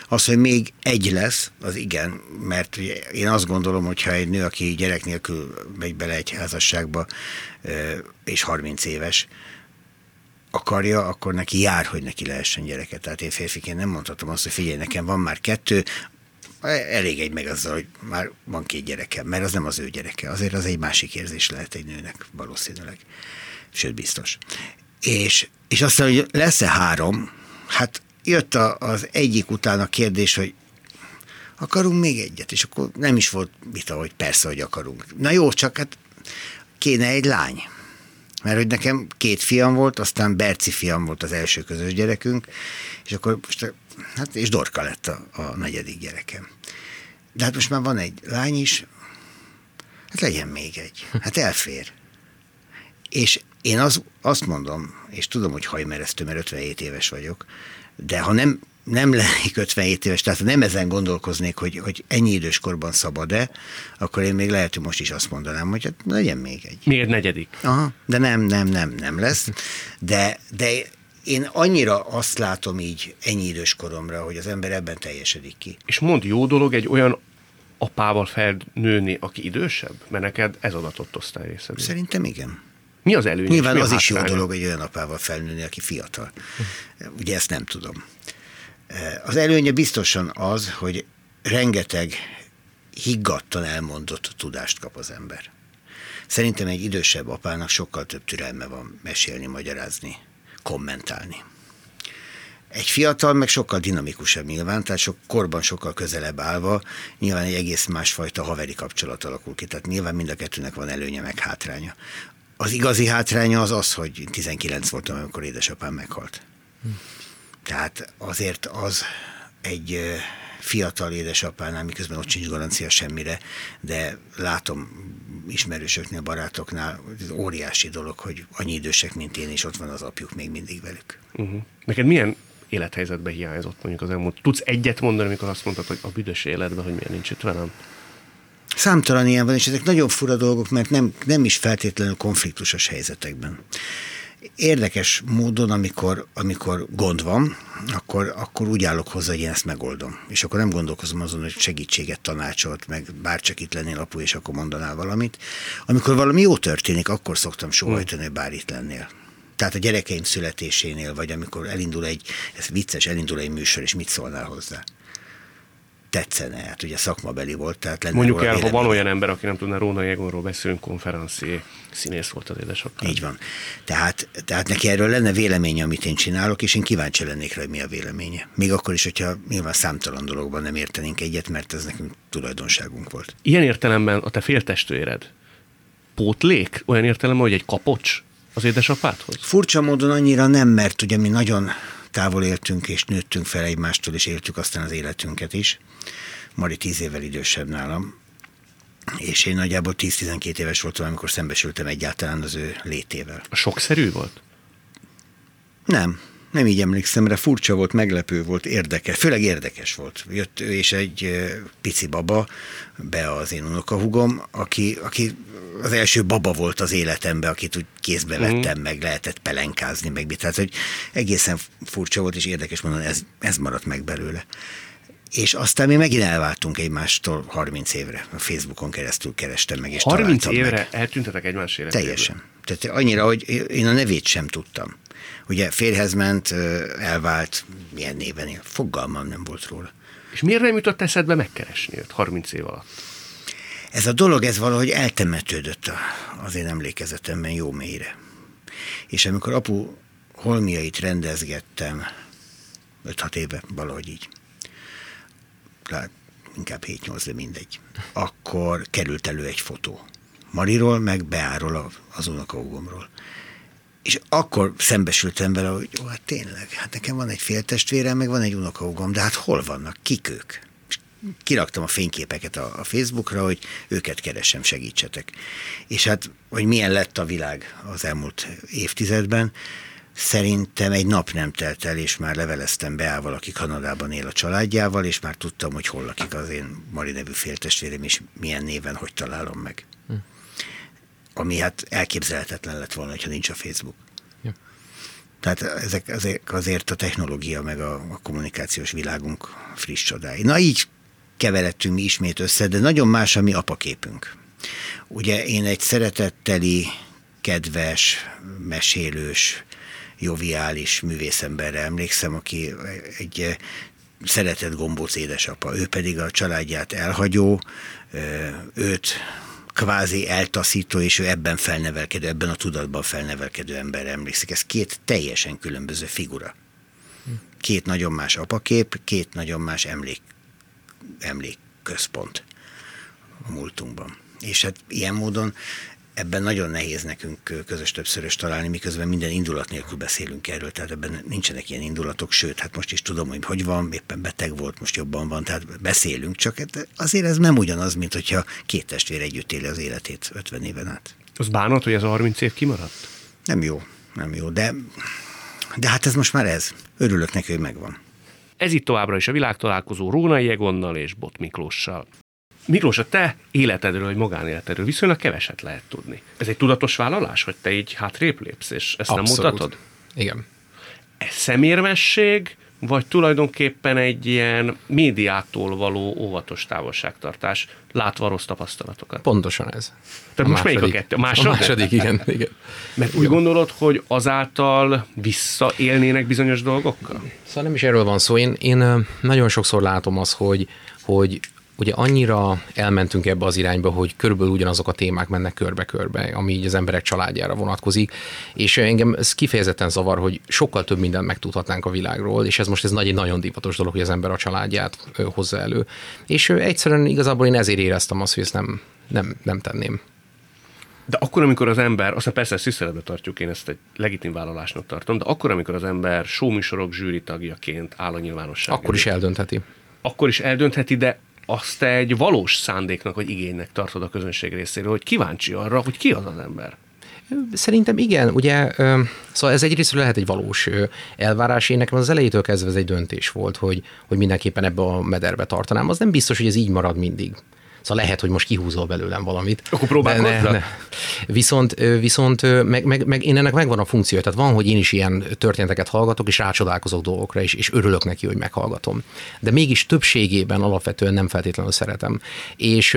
Az, hogy még egy lesz, az igen, mert én azt gondolom, hogy ha egy nő, aki gyerek nélkül megy bele egy házasságba, és 30 éves, akarja, akkor neki jár, hogy neki lehessen gyereke. Tehát én férfiként nem mondhatom azt, hogy figyelj, nekem van már 2, elég egy meg azzal, hogy már van 2 gyerekem, mert az nem az ő gyereke. Azért az egy másik érzés lehet egy nőnek valószínűleg. Sőt, biztos. És aztán, hogy lesz-e 3, hát jött az egyik után a kérdés, hogy akarunk még egyet, és akkor nem is volt vita, hogy persze, hogy akarunk. Na jó, csak hát kéne egy lány. Mert hogy nekem 2 fiam volt, aztán Berci fiam volt az első közös gyerekünk, és akkor most, hát és Dorka lett a 4. gyerekem. De hát most már van egy lány is, hát legyen még egy. Hát elfér. És én azt mondom, és tudom, hogy hajmeresztő, mert 57 éves vagyok, de ha nem lennék 57 éves, tehát ha nem ezen gondolkoznék, hogy ennyi időskorban szabad-e, akkor én még lehet, hogy most is azt mondanám, hogy hát legyen még egy. Miért 4? Aha, de nem lesz. De én annyira azt látom így ennyi időskoromra, hogy az ember ebben teljesedik ki. És mondd, jó dolog egy olyan apával felnőni, aki idősebb? Mert neked ez adatott osztályrészed. Szerintem igen. Mi az előny? Nyilván az is jó dolog egy olyan apával felnőni, aki fiatal. Ugye ezt nem tudom. Az előnye biztosan az, hogy rengeteg higgadtan elmondott tudást kap az ember. Szerintem egy idősebb apának sokkal több türelme van mesélni, magyarázni, kommentálni. Egy fiatal meg sokkal dinamikusabb nyilván, tehát korban sokkal közelebb állva, nyilván egy egész másfajta haveri kapcsolat alakul ki, tehát nyilván mind a kettőnek van előnye meg hátránya. Az igazi hátránya az, hogy 19 voltam, amikor édesapám meghalt. Tehát azért az egy fiatal édesapánál, miközben ott sincs garancia semmire, de látom ismerősöknél, barátoknál, ez óriási dolog, hogy annyi idősek, mint én, és ott van az apjuk még mindig velük. Neked milyen élethelyzetben hiányzott mondjuk az elmúlt? Tudsz egyet mondani, amikor azt mondtad, hogy a büdös életben, hogy miért nincs itt velem? Számtalan ilyen van, és ezek nagyon fura dolgok, mert nem is feltétlenül konfliktusos helyzetekben. Érdekes módon, amikor gond van, akkor úgy állok hozzá, hogy én ezt megoldom. És akkor nem gondolkozom azon, hogy segítséget, tanácsot, meg bárcsak itt lennél apu, és akkor mondanál valamit. Amikor valami jó történik, akkor szoktam sóhajtani, hogy bár itt lennél. Tehát a gyerekeim születésénél, vagy amikor ez vicces, elindul egy műsor, és mit szólnál hozzá? Tetszene, hát ugye szakmabeli volt, tehát lenne mondjuk róla el, vélemény. ha van olyan ember, aki nem tudná, Rónai Egonról beszélünk, konferencié, színész volt az édesapám. Így van. Tehát neki erről lenne véleménye, amit én csinálok, és én kíváncsi lennék rá, hogy mi a véleménye. Még akkor is, hogyha nyilván számtalan dologban nem értenénk egyet, mert ez nekünk tulajdonságunk volt. Ilyen értelemben a te féltestvéred pótlék? Olyan értelemben, hogy egy kapocs az édesapádhoz? Furcsa módon annyira nem, mert ugye mi nagyon távol éltünk, és nőttünk fel egymástól, és éltük aztán az életünket is. Mari 10 évvel idősebb nálam, és én nagyjából 10-12 éves voltam, amikor szembesültem egyáltalán az ő létével. Sokszerű volt? Nem így emlékszem, de furcsa volt, meglepő volt, érdekes, főleg érdekes volt. Jött ő és egy pici baba, be az én unokahúgom, aki az első baba volt az életemben, akit úgy kézbe vettem, meg lehetett pelenkázni, meg tehát, hogy egészen furcsa volt, és érdekes mondani, ez maradt meg belőle. És aztán mi megint elváltunk egymástól 30 évre. A Facebookon keresztül kerestem meg, és 30 találtam évre meg. eltűntetek egymás életéből? Teljesen. Tehát annyira, hogy én a nevét sem tudtam. Ugye férjhez ment, elvált, milyen néven él. Fogalmam nem volt róla. És miért nem jutott eszedbe megkeresni őt 30 év alatt? Ez a dolog, ez valahogy eltemetődött az én emlékezetemben jó mélyre. És amikor apu holmiait rendezgettem, 5-6 éve, valahogy így, inkább 7-8, de mindegy, akkor került elő egy fotó. Mariról, meg Beáról, az unokahúgomról. És akkor szembesültem vele, hogy jó, hát tényleg, hát nekem van egy féltestvérem, meg van egy unokahúgom, de hát hol vannak, kik ők? És kiraktam a fényképeket a Facebookra, hogy őket keresem, segítsetek. És hát, hogy milyen lett a világ az elmúlt évtizedben, szerintem egy nap nem telt el, és már leveleztem Beával, aki Kanadában él a családjával, és már tudtam, hogy hol lakik az én Mari nevű féltestvérem, és milyen néven, hogy találom meg. Ami hát elképzelhetetlen lett volna, ha nincs a Facebook. Ja. Tehát ezek azért a technológia meg a kommunikációs világunk friss csodái. Na így keveredtünk mi ismét össze, de nagyon más a mi apaképünk. Ugye én egy szeretetteli, kedves, mesélős, joviális művészemberre emlékszem, aki egy szeretett gombóc édesapa, ő pedig a családját elhagyó, őt kvázi eltaszító, és ő ebben felnevelkedő, ebben a tudatban felnevelkedő emberre emlékszik. Ez két teljesen különböző figura. Két nagyon más apakép, két nagyon más emlékközpont a múltunkban. És hát ilyen módon ebben nagyon nehéz nekünk közös többszörös találni, miközben minden indulat nélkül beszélünk erről, tehát ebben nincsenek ilyen indulatok, sőt, hát most is tudom, hogy van, éppen beteg volt, most jobban van, tehát beszélünk, csak azért ez nem ugyanaz, mint hogyha két testvér együtt éli az életét 50 éven át. Az bánat, hogy ez a 30 év kimaradt? Nem jó, de hát ez most már ez. Örülök neki, hogy megvan. Ez itt továbbra is a világtalálkozó Rónai Egonnal és Bot Miklóssal. Miklós, a te életedről, vagy magánéletedről viszonylag keveset lehet tudni. Ez egy tudatos vállalás, hogy te így hátrébb lépsz, és ezt Abszolút. nem mutatod? Igen. Ez szemérmesség, vagy tulajdonképpen egy ilyen médiától való óvatos távolságtartás, látva rossz tapasztalatokat? Pontosan ez. Tehát most melyik a kettő? A második, igen. Mert úgy gondolod, hogy azáltal visszaélnének bizonyos dolgokkal? Szóval nem is erről van szó. Én nagyon sokszor látom azt, hogy ugye annyira elmentünk ebbe az irányba, hogy körülbelül ugyanazok a témák mennek körbe-körbe, ami így az emberek családjára vonatkozik, és engem ez kifejezetten zavar, hogy sokkal több mindent megtudhatnánk a világról, és ez most egy nagyon divatos dolog, hogy az ember a családját hozza elő. És egyszerűen igazából én ezért éreztem azt, hogy ezt nem tenném. De akkor, amikor az ember, aztán persze ezt tiszteletbe tartjuk, én ezt egy legitim vállalásnak tartom, de akkor, amikor az ember showműsorok zsűri tagjaként áll a nyilvánosság Akkor is eldöntheti. Akkor is eldöntheti, de azt egy valós szándéknak vagy igénynek tartod a közönség részéről, hogy kíváncsi arra, hogy ki az az ember. Szerintem igen, ugye, szóval ez egyrészt lehet egy valós elvárás. Én nekem az elejétől kezdve ez egy döntés volt, hogy mindenképpen ebbe a mederbe tartanám. Az nem biztos, hogy ez így marad mindig. Szóval lehet, hogy most kihúzol belőlem valamit. Akkor próbálkozz. Viszont meg én ennek megvan a funkciója. Tehát van, hogy én is ilyen történeteket hallgatok, és rácsodálkozok dolgokra, és örülök neki, hogy meghallgatom. De mégis többségében alapvetően nem feltétlenül szeretem. És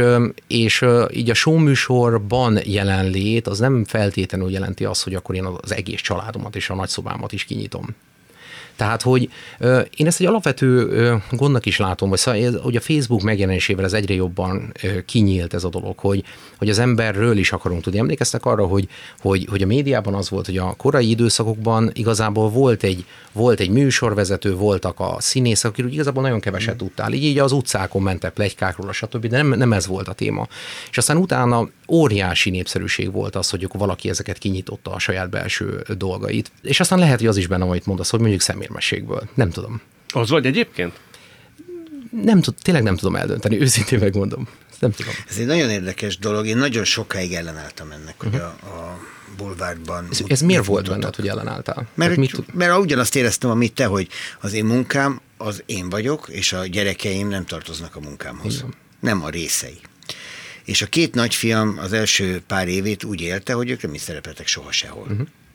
így a showműsorban jelenlét, az nem feltétlenül jelenti azt, hogy akkor én az egész családomat és a nagyszobámat is kinyitom. Tehát, hogy én ezt egy alapvető gondnak is látom, hogy a Facebook megjelenésével ez egyre jobban kinyílt ez a dolog, hogy az emberről is akarunk tudni. Emlékeztek arra, hogy a médiában az volt, hogy a korai időszakokban igazából volt egy műsorvezető, voltak a színészek, akiről igazából nagyon keveset tudtál. Így az utcákon mentek pletykákról, stb., de nem ez volt a téma. És aztán utána óriási népszerűség volt az, hogy valaki ezeket kinyitotta a saját belső dolgait. És aztán lehet, hogy az is benne, amit mondasz, hogy mondjuk szemérmességből. Nem tudom. Az vagy egyébként? Tényleg nem tudom eldönteni, őszintén megmondom. Nem tudom. Ez egy nagyon érdekes dolog. Én nagyon sokáig ellenálltam ennek, hogy a bulvárban... Ez miért volt benned, hogy ellenálltál? Mert ugyanazt éreztem, amit te, hogy az én munkám, az én vagyok, és a gyerekeim nem tartoznak a munkámhoz. Igen. Nem a részei. És a két nagyfiam az első pár évét úgy élte, hogy ők nem is szerepeltek soha sehol.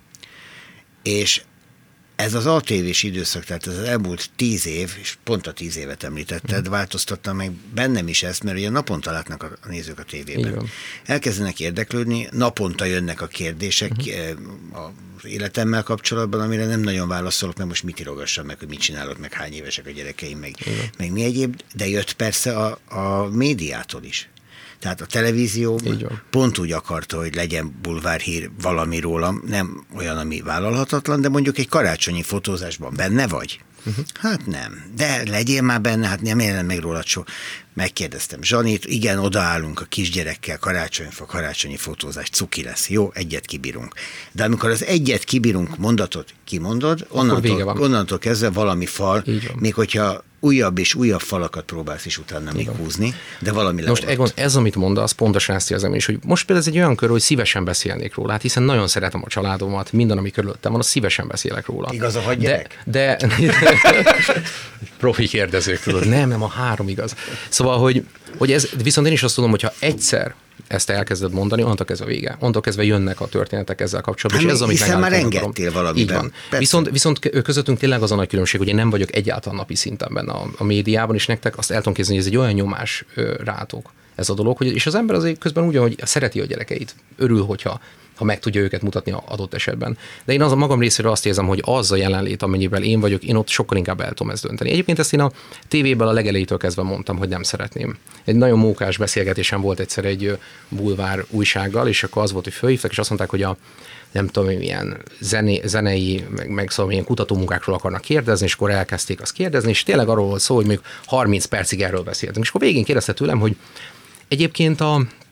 És ez az ATV-s időszak, tehát az elmúlt 10 év, és pont a 10 évet említetted, változtatta meg bennem is ezt, mert ugye naponta látnak a nézők a tévében. Elkezdenek érdeklődni, naponta jönnek a kérdések az életemmel kapcsolatban, amire nem nagyon válaszolok, mert most mit írogassam meg, hogy mit csinálok, meg hány évesek a gyerekeim, meg mi egyéb, de jött persze a médiától is. Tehát a televízió pont úgy akarta, hogy legyen bulvárhír valami rólam, nem olyan, ami vállalhatatlan, de mondjuk egy karácsonyi fotózásban benne vagy? Hát nem. De legyél már benne, hát nem jelen meg rólad soha. Megkérdeztem Zsanit, igen, odaállunk a kisgyerekkel, karácsonyi fotózás, cuki lesz. Jó, egyet kibírunk. De amikor az egyet kibírunk mondatot kimondod, onnantól kezdve valami fal, még hogyha újabb és újabb falakat próbálsz is utána még húzni, de valami most Egon, ez, amit mondasz, pontosan ezt érzem is, hogy most például ez egy olyan kör, hogy szívesen beszélnék róla, hát hiszen nagyon szeretem a családomat, minden, ami körülöttem van, azt szívesen beszélek róla. Igaz a gyerek? De profi kérdezők, tudod, nem, a 3 igaz. Szóval, hogy ez, viszont én is azt tudom, hogyha egyszer ezt elkezded mondani, onnantól kezdve vége. Onnantól kezdve jönnek a történetek ezzel kapcsolatban. És ez, amit hiszen már engedtél valamiben. Így van. Viszont közöttünk tényleg az a nagy különbség, hogy én nem vagyok egyáltalán napi szinten benne a médiában, és nektek azt el tudom képzelni, hogy ez egy olyan nyomás rátok ez a dolog, hogy, és az ember azért közben úgy, hogy szereti a gyerekeit, örül, hogyha meg tudja őket mutatni adott esetben. De én a magam részéről azt érzem, hogy az a jelenlét, amennyivel én vagyok, én ott sokkal inkább el tudom ezt dönteni. Egyébként ezt én a tévében a legelejétől kezdve mondtam, hogy nem szeretném. Egy nagyon mókás beszélgetésem volt egyszer egy bulvár újsággal, és akkor az volt, hogy fölhívtak, és azt mondták, hogy nem tudom, milyen zenei, meg szóval milyen kutatómunkákról akarnak kérdezni, és akkor elkezdték azt kérdezni, és tényleg arról volt szó, hogy még 30 percig erről beszéltünk. És akkor végén kérdezte tőlem, hogy egyébként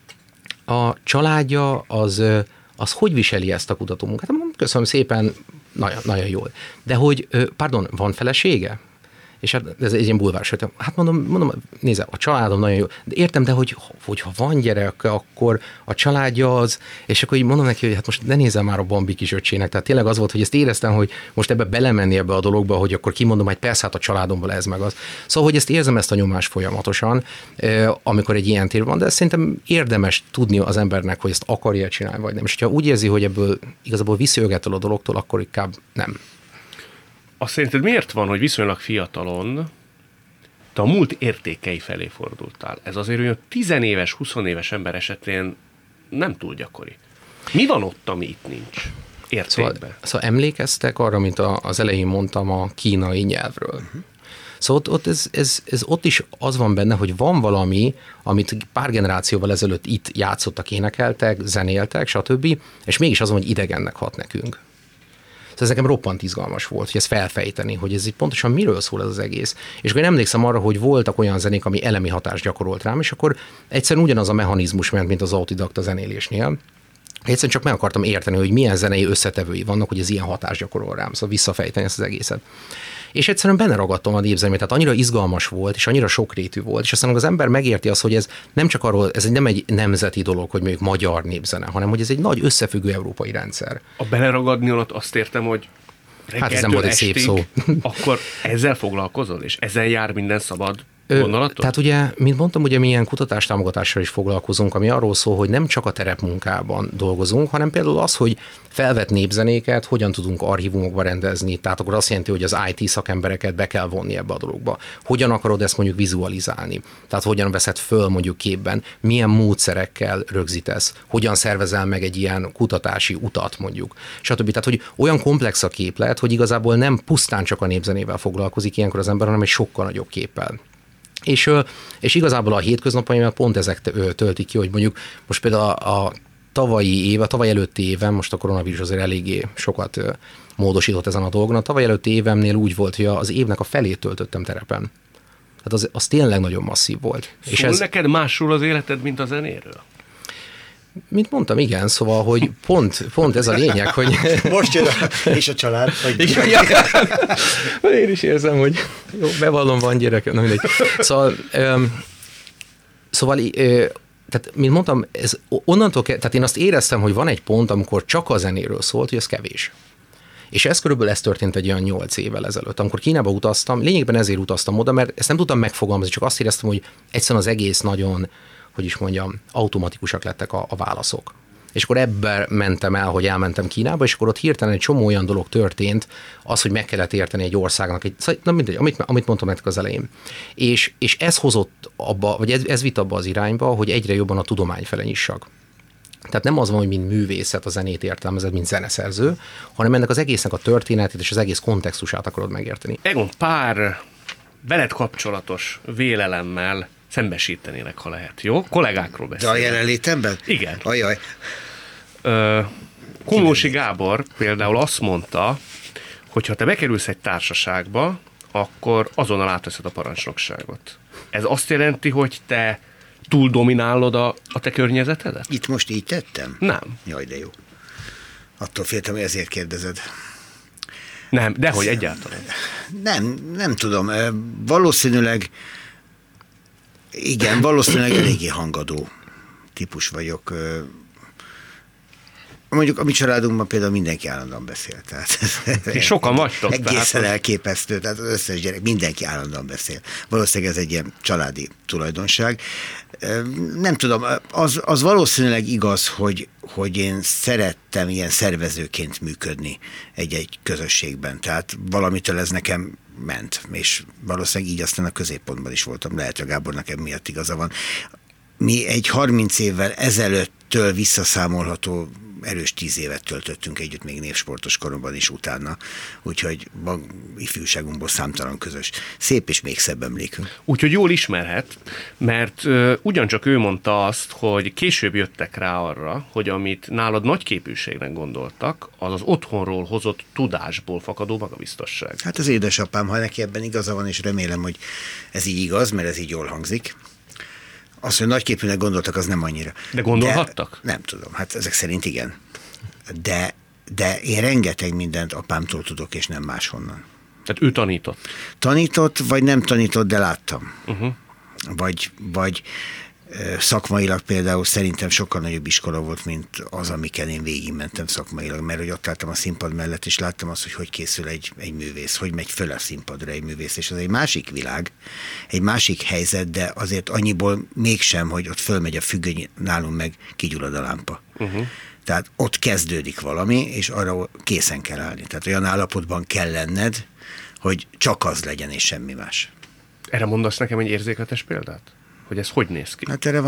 a családja az hogy viseli ezt a kutatómunkát? Köszönöm szépen, nagyon, nagyon jól. De hogy, van felesége? És hát ez egy ilyen bulvár, hát mondom, nézze, a családom nagyon jó. De értem, de hogyha van gyerek, akkor a családja az, és akkor így mondom neki, hogy hát most ne nézzel már a Bambi kis öcsének. Tehát tényleg az volt, hogy ezt éreztem, hogy most belemenni ebbe a dologba, hogy akkor kimondom, hogy persze hát a családomból ez meg az. Szóval, hogy ezt érzem, ezt a nyomást folyamatosan, amikor egy ilyen tér van, de szerintem érdemes tudni az embernek, hogy ezt akarja csinálni, vagy nem. És ha úgy érzi, hogy ebből igazából visszajöget a dologtól, akkor inkább nem. Azt szerinted miért van, hogy viszonylag fiatalon te a múlt értékei felé fordultál? Ez azért olyan 10 éves, 20 éves ember esetén nem túl gyakori. Mi van ott, ami itt nincs értékben? Szóval emlékeztek arra, amit az elején mondtam a kínai nyelvről. Uh-huh. Szóval ott is az van benne, hogy van valami, amit pár generációval ezelőtt itt játszottak, énekeltek, zenéltek, stb., és mégis az van, hogy idegennek hat nekünk. Ez nekem roppant izgalmas volt, hogy ezt felfejteni, hogy ez így pontosan miről szól ez az egész. És akkor én emlékszem arra, hogy voltak olyan zenék, ami elemi hatást gyakorolt rám, és akkor egyszerűen ugyanaz a mechanizmus ment, mint az autodidakta zenélésnél. Egyszerűen csak meg akartam érteni, hogy milyen zenei összetevői vannak, hogy ez ilyen hatást gyakorol rám, szóval visszafejteni ezt az egészet. És egyszerűen benne ragadtam a népzenébe, tehát annyira izgalmas volt, és annyira sokrétű volt, és aztán az ember megérti azt, hogy ez nem csak arról, ez nem egy nemzeti dolog, hogy mondjuk magyar népzene, hanem hogy ez egy nagy összefüggő európai rendszer. A beleragadni alatt azt értem, hogy hát ez nem volt egy szép szó. Akkor ezzel foglalkozol, és ezzel jár minden szabad gondolatot? Tehát ugye, mint mondtam, ugye mi ilyen kutatástámogatással is foglalkozunk, ami arról szól, hogy nem csak a terepmunkában dolgozunk, hanem például az, hogy felvett népzenéket hogyan tudunk archívumokba rendezni, tehát akkor azt jelenti, hogy az IT szakembereket be kell vonni ebbe a dologba. Hogyan akarod ezt mondjuk vizualizálni? Tehát hogyan veszed föl mondjuk képben, milyen módszerekkel rögzítesz, hogyan szervezel meg egy ilyen kutatási utat mondjuk, stb. Tehát, hogy olyan komplex a képlet, hogy igazából nem pusztán csak a népzenével foglalkozik ilyenkor az ember, hanem egy sokkal nagyobb képpel. És igazából a hétköznapjaimat pont ezek töltik ki, hogy mondjuk most például a tavaly előtti évem, most a koronavírus azért eléggé sokat módosított ezen a dolgon, a tavaly előtti évemnél úgy volt, hogy az évnek a felét töltöttem terepen. Tehát az tényleg nagyon masszív volt. Szól és neked másról az életed, mint a zenéről? Mint mondtam, igen, szóval, hogy pont ez a lényeg, hogy... Most jön és a család. Hogy... Én is érzem, hogy jó, bevallom, van gyerekem, na mindegy. Szóval tehát, mint mondtam, ez onnantól tehát én azt éreztem, hogy van egy pont, amikor csak a zenéről szólt, hogy ez kevés. És ez körülbelül ez történt egy olyan 8 évvel ezelőtt. Amikor Kínába utaztam, lényegben ezért utaztam oda, mert ezt nem tudtam megfogalmazni, csak azt éreztem, hogy egyszerűen az egész nagyon, hogy is mondjam, automatikusak lettek a válaszok. És akkor ebben mentem el, hogy elmentem Kínába, és akkor ott hirtelen egy csomó olyan dolog történt, az, hogy meg kellett érteni egy országnak, na mindegy, amit mondtam nektek az elején. És ez hozott abba, vagy ez vitt abba az irányba, hogy egyre jobban a tudomány fele nyissak. Tehát nem az van, hogy mint művészet a zenét értelmezed, mint zeneszerző, hanem ennek az egésznek a történetét és az egész kontextusát akarod megérteni. Egon, pár veled kapcsolatos vélelemmel szembesítenének, ha lehet, jó? Kollégákról beszélünk. De a jelenlétemben? Igen. Ajaj. Komlósi Gábor például azt mondta, hogy ha te bekerülsz egy társaságba, akkor azonnal átveszed a parancsnokságot. Ez azt jelenti, hogy te túl dominálod a te környezetedet? Itt most így tettem? Nem. Jaj, de jó. Attól féltem, hogy ezért kérdezed. Nem, dehogy egyáltalán. Nem tudom. Valószínűleg eléggé hangadó típus vagyok. mondjuk a mi családunkban például mindenki állandóan beszél. Tehát és sokan vagytok. Egészen elképesztő, tehát az összes gyerek, mindenki állandóan beszél. Valószínűleg ez egy ilyen családi tulajdonság. Nem tudom, az valószínűleg igaz, hogy én szerettem ilyen szervezőként működni egy közösségben. Tehát valamitől ez nekem ment, és valószínűleg így aztán a középpontban is voltam. Lehet, hogy Gábornak emiatt igaza van. Mi egy 30 évvel ezelőttől visszaszámolható erős 10 évet töltöttünk együtt még névsportos koromban is utána, úgyhogy ifjúságunkból számtalan közös. Szép és még szebb emlékünk. Úgyhogy jól ismerhet, mert ugyancsak ő mondta azt, hogy később jöttek rá arra, hogy amit nálad nagy képűségnek gondoltak, az az otthonról hozott tudásból fakadó magabiztosság. Hát az édesapám, ha neki ebben igaza van, és remélem, hogy ez így igaz, mert ez így jól hangzik. Az, hogy nagyképűnek gondoltak, az nem annyira. De gondolhattak? Nem tudom, hát ezek szerint igen. De én rengeteg mindent apámtól tudok, és nem máshonnan. Tehát ő tanított? Tanított, vagy nem tanított, de láttam. Uh-huh. Vagy szakmailag például szerintem sokkal nagyobb iskola volt, mint az, amiken én végigmentem szakmailag, mert hogy ott álltam a színpad mellett, és láttam azt, hogy készül egy művész, hogy megy föl a színpadra egy művész, és az egy másik világ, egy másik helyzet, de azért annyiból mégsem, hogy ott fölmegy a függöny, nálunk meg kigyullad a lámpa. Uh-huh. Tehát ott kezdődik valami, és arra készen kell állni. Tehát olyan állapotban kell lenned, hogy csak az legyen, és semmi más. Erre mondasz nekem egy érzékletes példát? Hogy ez hogy néz ki? Hát erre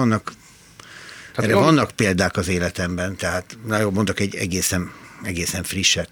vannak példák az életemben, tehát na jó, mondok egy egészen frisset.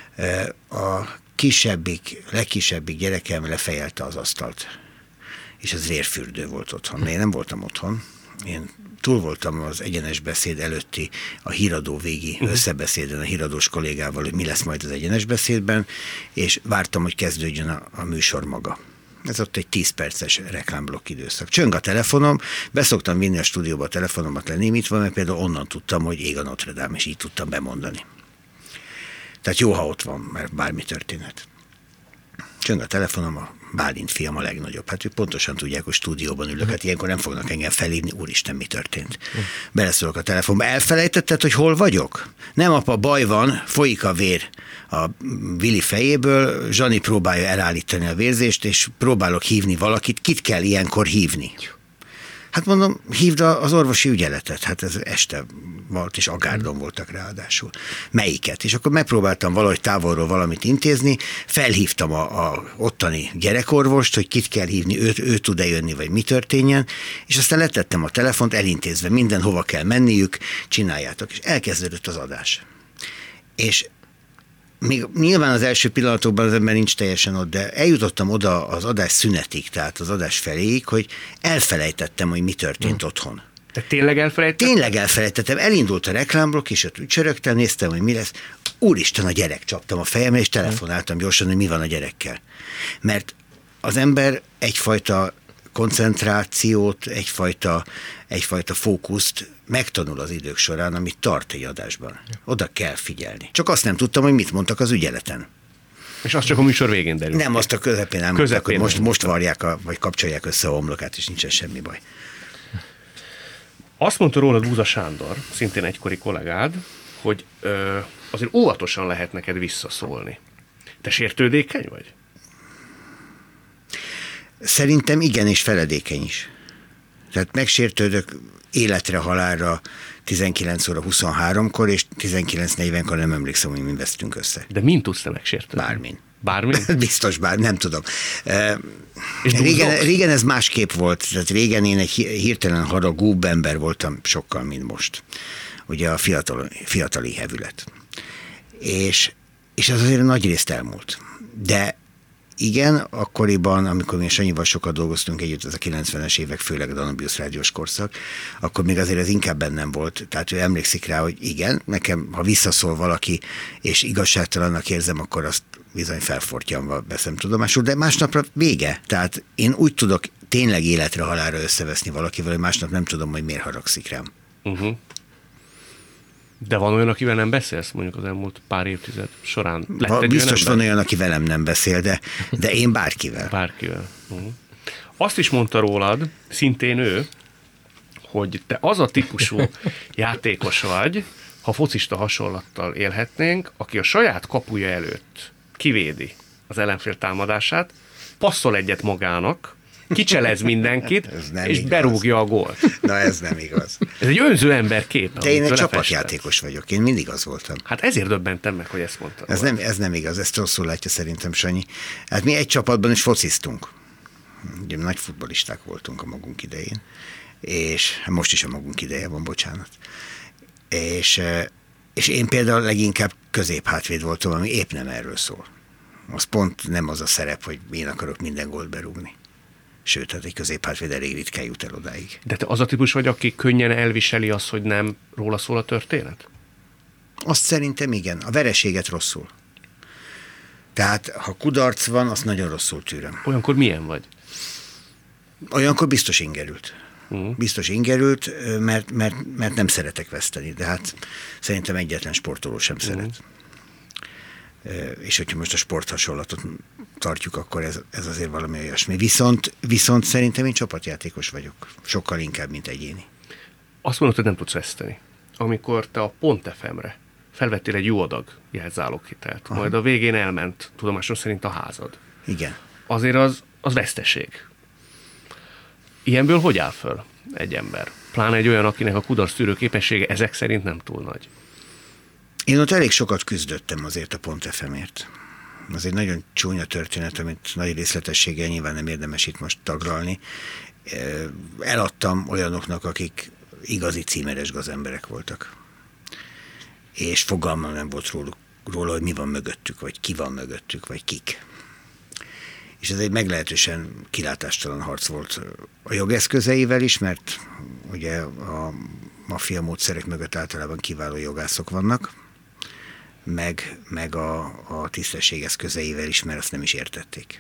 A legkisebbik gyerekem lefejelte az asztalt, és ez vérfürdő volt otthon. Én nem voltam otthon, én túl voltam az egyenes beszéd előtti, a híradó végi összebeszéden a híradós kollégával, hogy mi lesz majd az egyenes beszédben, és vártam, hogy kezdődjön a műsor maga. Ez ott egy 10 perces reklámblokk időszak. Csöng a telefonom, beszoktam vinni a stúdióba a telefonomat lenémítva, mert például onnan tudtam, hogy ég a Notre Dame, és így tudtam bemondani. Tehát jó, ha ott van, mert bármi történhet. Csöng a telefonom, a Bálint fiam a legnagyobb. Hát ők pontosan tudják, hogy stúdióban ülök, hát ilyenkor nem fognak engem felhívni, úristen, mi történt. Beleszólok a telefonba. Elfelejtetted, hogy hol vagyok? Nem, apa, baj van, folyik a vér a Vili fejéből, Zsani próbálja elállítani a vérzést, és próbálok hívni valakit. Kit kell ilyenkor hívni? Hát mondom, hívd az orvosi ügyeletet. Hát ez este volt, és Agárdon voltak ráadásul. Melyiket? És akkor megpróbáltam valahogy távolról valamit intézni, felhívtam a ottani gyerekorvost, hogy kit kell hívni, ő tud-e jönni, vagy mi történjen, és aztán letettem a telefont, elintézve minden, hova kell menniük, csináljátok. És elkezdődött az adás. És még nyilván az első pillanatokban az ember nincs teljesen ott, de eljutottam oda az adás szünetig, tehát az adás feléig, hogy elfelejtettem, hogy mi történt otthon. Te tényleg elfelejtettem? Tényleg elfelejtettem. Elindult a reklámblokk, és ott csörögtem, néztem, hogy mi lesz. Úristen, a gyerek, csaptam a fejemre, és telefonáltam gyorsan, hogy mi van a gyerekkel. Mert az ember egyfajta koncentrációt, egyfajta fókuszt megtanul az idők során, amit tart egy adásban. Oda kell figyelni. Csak azt nem tudtam, hogy mit mondtak az ügyeleten. És azt csak a műsor végén derül. Nem, azt a közepén nem mondták, hogy most varják, vagy kapcsolják össze a homlokát, és nincsen semmi baj. Azt mondta rólad Búza Sándor, szintén egykori kollégád, hogy azért óvatosan lehet neked visszaszólni. Te sértődékeny vagy? Szerintem igen, és feledékeny is. Tehát megsértődök életre, halálra 19 óra 23-kor, és 19:40-kor nem emlékszem, hogy mi vesztünk össze. De mind tudsz te megsértődni? Bármin. Bármin? Biztos, nem tudom. És régen ez másképp volt. Tehát régen én egy hirtelen haragúbb ember voltam sokkal, mint most. Ugye a fiatali hevület. És az azért nagy részt elmúlt. De igen, akkoriban, amikor mi Sanyival sokat dolgoztunk együtt, az a 90-es évek, főleg a Danubius rádiós korszak, akkor még azért ez inkább bennem volt. Tehát ő emlékszik rá, hogy igen, nekem, ha visszaszól valaki, és igazságtalannak érzem, akkor azt bizony felfortyamva veszem tudomásul, de másnapra vége. Tehát én úgy tudok tényleg életre halálra összeveszni valakivel, hogy másnap nem tudom, hogy miért haragszik rám. Uh-huh. De van olyan, akivel nem beszélsz, mondjuk az elmúlt pár évtized során? Biztos van olyan, aki velem nem beszél, de én bárkivel. Bárkivel. Uh-huh. Azt is mondta rólad, szintén ő, hogy te az a típusú játékos vagy, ha focista hasonlattal élhetnénk, aki a saját kapuja előtt kivédi az ellenfél támadását, passzol egyet magának, kicselez mindenkit, és igaz. Berúgja a gólt. Na ez nem igaz. Ez egy önző ember kép. De én egy csapatjátékos vagyok, én mindig az voltam. Hát ezért döbbentem meg, hogy ezt mondtad. Ez nem igaz, ezt rosszul látja szerintem Sanyi. Hát mi egy csapatban is fociztunk. Ugye nagy futballisták voltunk a magunk idején, és most is a magunk ideje van, bocsánat. És én például leginkább középhátvéd voltam, ami épp nem erről szól. Az pont nem az a szerep, hogy én akarok minden gólt berúgni. Sőt, hát egy középhátvéd elég ritkán jut el odáig. De te az a típus vagy, aki könnyen elviseli azt, hogy nem róla szól a történet? Azt szerintem igen. A vereséget rosszul. Tehát, ha kudarc van, azt nagyon rosszul tűröm. Olyankor milyen vagy? Olyankor biztos ingerült. Biztos ingerült, mert nem szeretek veszteni. De hát szerintem egyetlen sportoló sem szeret. És hogyha most a sporthasonlatot tartjuk, akkor ez azért valami olyasmi. Viszont szerintem én csapatjátékos vagyok. Sokkal inkább, mint egyéni. Azt mondod, hogy nem tudsz veszteni. Amikor te a Pont FM-re felvettél egy jó adag jelzáloghitelt, majd a végén elment, tudomásom szerint, a házad. Igen. Azért az veszteség. Ilyenből hogy áll föl egy ember? Pláne egy olyan, akinek a kudarc tűrő képessége ezek szerint nem túl nagy. Én ott elég sokat küzdöttem azért a Pont FM-ért. Az egy nagyon csúnya történet, amit nagy részletességgel nyilván nem érdemes itt most taglalni. Eladtam olyanoknak, akik igazi címeres gazemberek voltak. És fogalmam nem volt róla, hogy mi van mögöttük, vagy ki van mögöttük, vagy kik. És ez egy meglehetősen kilátástalan harc volt a jogeszközeivel is, mert ugye a maffia módszerek mögött általában kiváló jogászok vannak, meg a tisztesség eszközeivel is, mert azt nem is értették.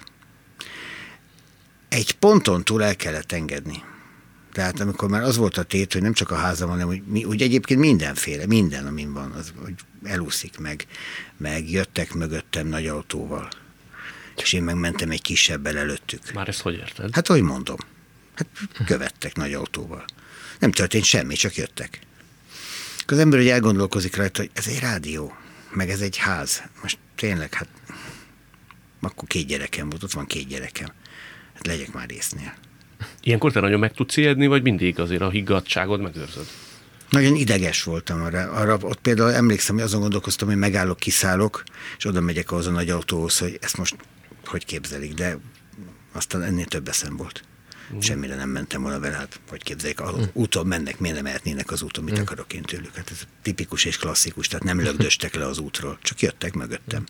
Egy ponton túl el kellett engedni. Tehát amikor már az volt a tét, hogy nem csak a házam, hanem úgy egyébként mindenféle, minden, amin van, az, hogy elúszik meg jöttek mögöttem nagy autóval. És én megmentem egy kisebbel előttük. Már ezt hogy érted? Hát, hogy mondom. Hát követtek nagy autóval. Nem történt semmi, csak jöttek. Az ember, hogy elgondolkozik rajta, hogy ez egy rádió, meg ez egy ház. Most tényleg, hát akkor 2 gyerekem volt, ott van 2 gyerekem. Hát legyek már résznél. Ilyenkor te nagyon meg tudsz ijedni, vagy mindig azért a higgadtságod megőrzöd? Nagyon ideges voltam arra. Ott például emlékszem, hogy azon gondolkoztam, hogy megállok, kiszállok, és oda megyek ahhoz a nagy autóhoz, hogy ezt most hogy képzelik, de aztán ennél több eszem volt. Semmire nem mentem volna vele, hát hogy képzeljék, az úton mennek, miért nem mehetnének az úton, mit akarok én tőlük? Hát ez tipikus és klasszikus, tehát nem lögdöstek le az útról, csak jöttek mögöttem.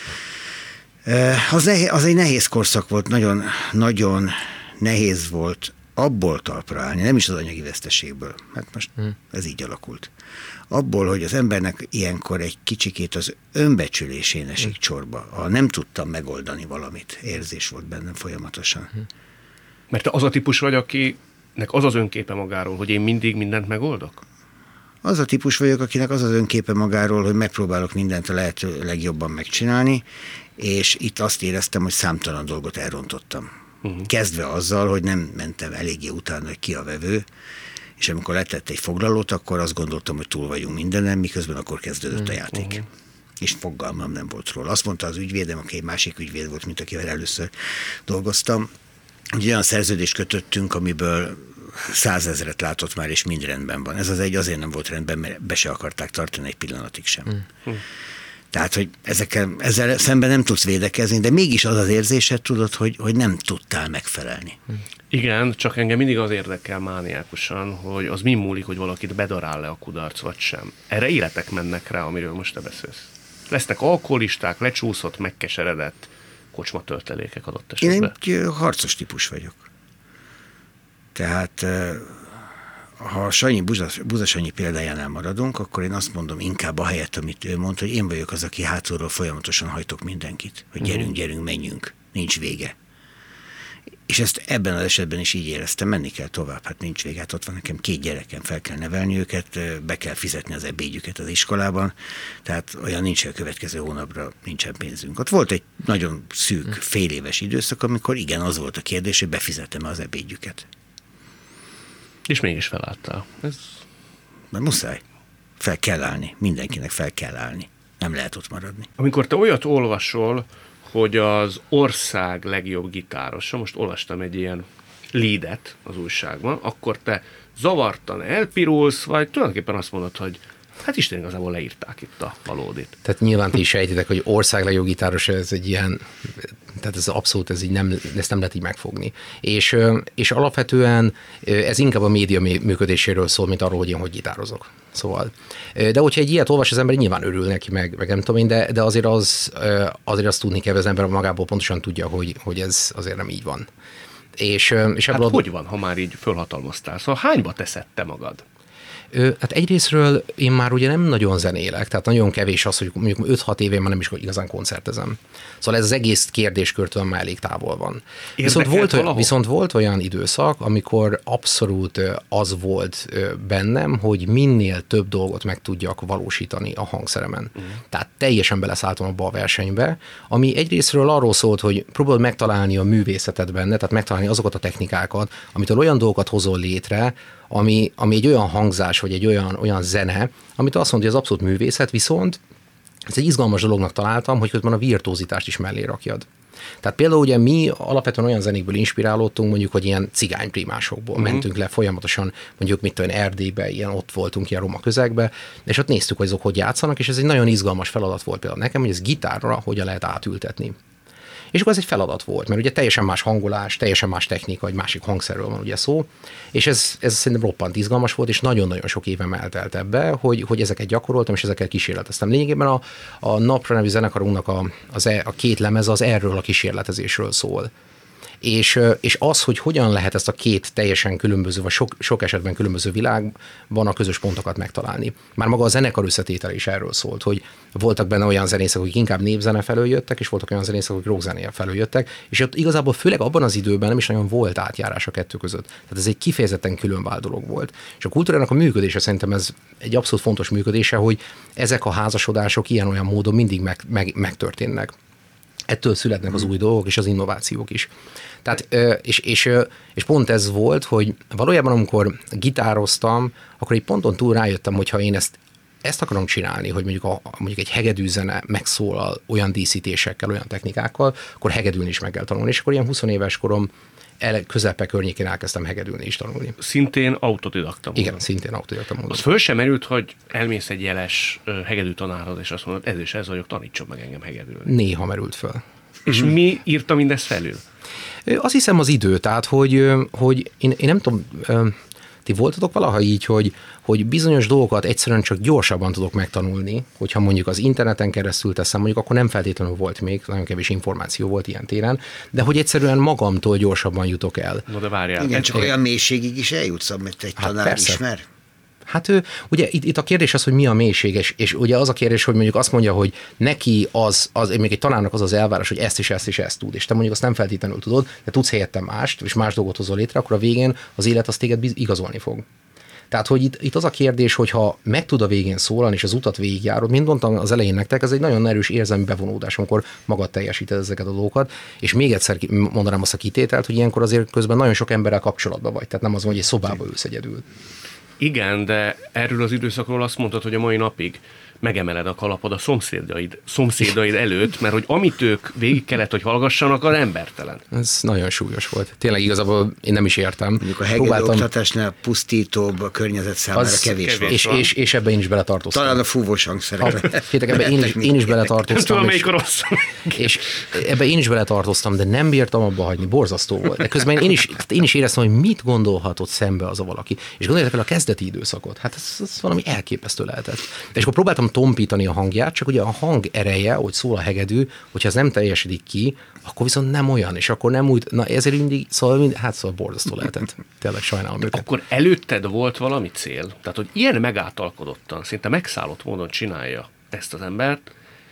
Az egy nehéz korszak volt, nagyon, nagyon nehéz volt abból talpra állni, nem is az anyagi veszteségből, hát most ez így alakult. Abból, hogy az embernek ilyenkor egy kicsikét az önbecsülésén esik csorba. Nem tudtam megoldani valamit, érzés volt bennem folyamatosan. Mert te az a típus vagy, akinek az az önképe magáról, hogy én mindig mindent megoldok? Az a típus vagyok, akinek az az önképe magáról, hogy megpróbálok mindent a lehető legjobban megcsinálni, és itt azt éreztem, hogy számtalan dolgot elrontottam. Kezdve azzal, hogy nem mentem eléggé utána, hogy ki a vevő, és amikor letett egy foglalót, akkor azt gondoltam, hogy túl vagyunk mindenen, miközben akkor kezdődött a játék. És fogalmam nem volt róla. Azt mondta az ügyvédem, aki egy másik ügyvéd volt, mint akivel először dolgoztam, hogy olyan szerződést kötöttünk, amiből 100 000 látott már, és mind rendben van. Ez az egy azért nem volt rendben, mert be se akarták tartani egy pillanatig sem. Tehát, hogy ezzel szemben nem tudsz védekezni, de mégis az az érzésed, tudod, hogy nem tudtál megfelelni. Igen, csak engem mindig az érdekel mániákusan, hogy az mi múlik, hogy valakit bedarál le a kudarc, vagy sem. Erre életek mennek rá, amiről most te beszélsz. Lesznek alkoholisták, lecsúszott, megkeseredett kocsmatöltelékek adott esetben. Én egy harcos típus vagyok. Tehát ha Sanyi, Buza Sanyi példájánál maradunk, akkor én azt mondom inkább a helyet, amit ő mondta, hogy én vagyok az, aki hátulról folyamatosan hajtok mindenkit, hogy gyerünk, menjünk, nincs vége. És ezt ebben az esetben is így éreztem, menni kell tovább, hát nincs vége, hát ott van nekem 2 gyerekem, fel kell nevelni őket, be kell fizetni az ebédjüket az iskolában, tehát olyan nincs, hogy a következő hónapra nincsen pénzünk. Ott volt egy nagyon szűk, fél éves időszak, amikor igen, az volt a kérdés, hogy befizetem az ebédjüket. És mégis felálltál. Ez... Mert muszáj. Fel kell állni, mindenkinek fel kell állni. Nem lehet ott maradni. Amikor te olyat olvasol, hogy az ország legjobb gitárosa, most olvastam egy ilyen leadet az újságban, akkor te zavartan elpirulsz, vagy tulajdonképpen azt mondod, hogy hát Isten igazából leírták itt a valódit. Tehát nyilván ti is sejtitek, hogy ország legjobb gitáros, ez egy ilyen, tehát ez abszolút, ezt nem lehet így megfogni. És alapvetően ez inkább a média működéséről szól, mint arról, hogy én hogy gitározok. Szóval. De hogyha egy ilyet olvas az ember, nyilván örül neki, meg nem tudom én, de azért azt tudni kell, hogy az ember magából pontosan tudja, hogy ez azért nem így van. Hát hogy van, ha már így fölhatalmaztál? Szóval hányba teszed te magad? Hát egyrészről én már ugye nem nagyon zenélek, tehát nagyon kevés az, hogy mondjuk 5-6 éve már nem is igazán koncertezem. Szóval ez az egész kérdéskörtől már elég távol van. Viszont volt olyan időszak, amikor abszolút az volt bennem, hogy minél több dolgot meg tudjak valósítani a hangszeremen. Tehát teljesen beleszálltam abba a versenybe, ami egyrészről arról szólt, hogy próbáld megtalálni a művészetet benne, tehát megtalálni azokat a technikákat, amitől olyan dolgokat hozol létre, ami egy olyan hangzás, vagy egy olyan zene, amit azt mondja, hogy az abszolút művészet, viszont ez egy izgalmas dolognak találtam, hogy közben a virtuózitást is mellé rakjad. Tehát például ugye mi alapvetően olyan zenékből inspirálódtunk, mondjuk, hogy ilyen cigányprímásokból mentünk le folyamatosan, mondjuk mit tudom, Erdélybe, ilyen ott voltunk ilyen roma közegbe, és ott néztük, hogy azok hogy játszanak, és ez egy nagyon izgalmas feladat volt például nekem, hogy ez gitárra hogyan lehet átültetni. És akkor ez egy feladat volt, mert ugye teljesen más hangolás, teljesen más technika, egy másik hangszerről van ugye szó, és ez szerintem roppant izgalmas volt, és nagyon-nagyon sok évem eltelt ebbe, hogy ezeket gyakoroltam, és ezeket kísérleteztem. Lényegében a Napra nevű zenekarunknak a két lemez az erről a kísérletezésről szól. És az, hogy hogyan lehet ezt a két teljesen különböző, vagy sok esetben különböző világban a közös pontokat megtalálni. Már maga a zenekar összetétel is erről szólt, hogy voltak benne olyan zenészek, akik inkább népzene felől jöttek, és voltak olyan zenészek, akik rockzenéje felől jöttek, és ott igazából főleg abban az időben nem is nagyon volt átjárás a kettő között. Tehát ez egy kifejezetten különvált dolog volt. És a kultúrának a működése szerintem ez egy abszolút fontos működése, hogy ezek a házasodások ilyen-olyan módon mindig megtörténnek. Ettől születnek az új dolgok és az innovációk is. Tehát, és pont ez volt, hogy valójában amikor gitároztam, akkor egy ponton túl rájöttem, hogy ha én ezt akarom csinálni, hogy mondjuk egy hegedűzene megszólal olyan díszítésekkel, olyan technikákkal, akkor hegedülni is meg kell tanulni. És akkor ilyen 20 éves korom közepe környékén elkezdtem hegedülni is tanulni. Szintén autodidakta módon. Igen, szintén autodidakta módon. Az föl sem merült, hogy elmész egy jeles hegedű tanárhoz, és azt mondod, ez és ez vagyok, tanítson meg engem hegedülni. Néha merült föl. És mi írta mindezt felül? Azt hiszem az idő, tehát hogy én nem tudom, ti voltatok valaha így, hogy bizonyos dolgokat egyszerűen csak gyorsabban tudok megtanulni, hogyha mondjuk az interneten keresztül teszem, mondjuk akkor nem feltétlenül volt még, nagyon kevés információ volt ilyen téren, de hogy egyszerűen magamtól gyorsabban jutok el. No, de várjál. Igen, csak olyan mélységig is eljutsz, amit egy tanár persze. ismer. Hát ugye itt a kérdés az, hogy mi a mélység, és ugye az a kérdés, hogy mondjuk azt mondja, hogy neki még egy tanárnak az elvárás, hogy ezt és ezt és ezt tud, és te mondjuk azt nem feltétlenül tudod, de tudsz helyette mást, és más dolgot hozol létre, akkor a végén az élet az téged igazolni fog. Tehát, hogy itt az a kérdés, hogy ha meg tud a végén szólalni, és az utat végigjárod, mint mondtam az elején nektek, ez egy nagyon erős érzelmi bevonódás, amikor magad teljesíted ezeket a dolgokat, és még egyszer mondanám azt a kitételt, hogy ilyenkor azért közben nagyon sok emberrel kapcsolatban vagy, tehát nem az, hogy egy szobába ülsz egyedül. Igen, de erről az időszakról azt mondtad, hogy a mai napig megemeled a kalapod a szomszédaid előtt, mert hogy amit ők végig kellett, hogy hallgassanak, az embertelen. Ez nagyon súlyos volt. Tényleg igazából én nem is értem. Mondjuk a hegedűoktatásnál pusztítóbb, a környezet számára kevés van. És ebbe én is beletartoztam. Talán a fúvós hangszerekre. Ebbe én is beletartoztam. Nem tudom, melyik a rossz. És ebbe én is beletartoztam, de nem bírtam abba hagyni, borzasztó volt. De közben én is éreztem, hogy mit gondolhatott szembe az a valaki. És gondoljátok el a kezdeti időszakot. Hát ez valami elképesztő lehetett. És akkor próbáltam tompítani a hangját, csak ugye a hang ereje, hogy szól a hegedű, hogyha ez nem teljesedik ki, akkor viszont nem olyan, és akkor nem úgy, na ezért mindig, szóval borzasztó lehetett. Tényleg sajnálom őket. Akkor előtted volt valami cél? Tehát, hogy ilyen megáltalkodottan, szinte megszállott módon csinálja ezt az embert,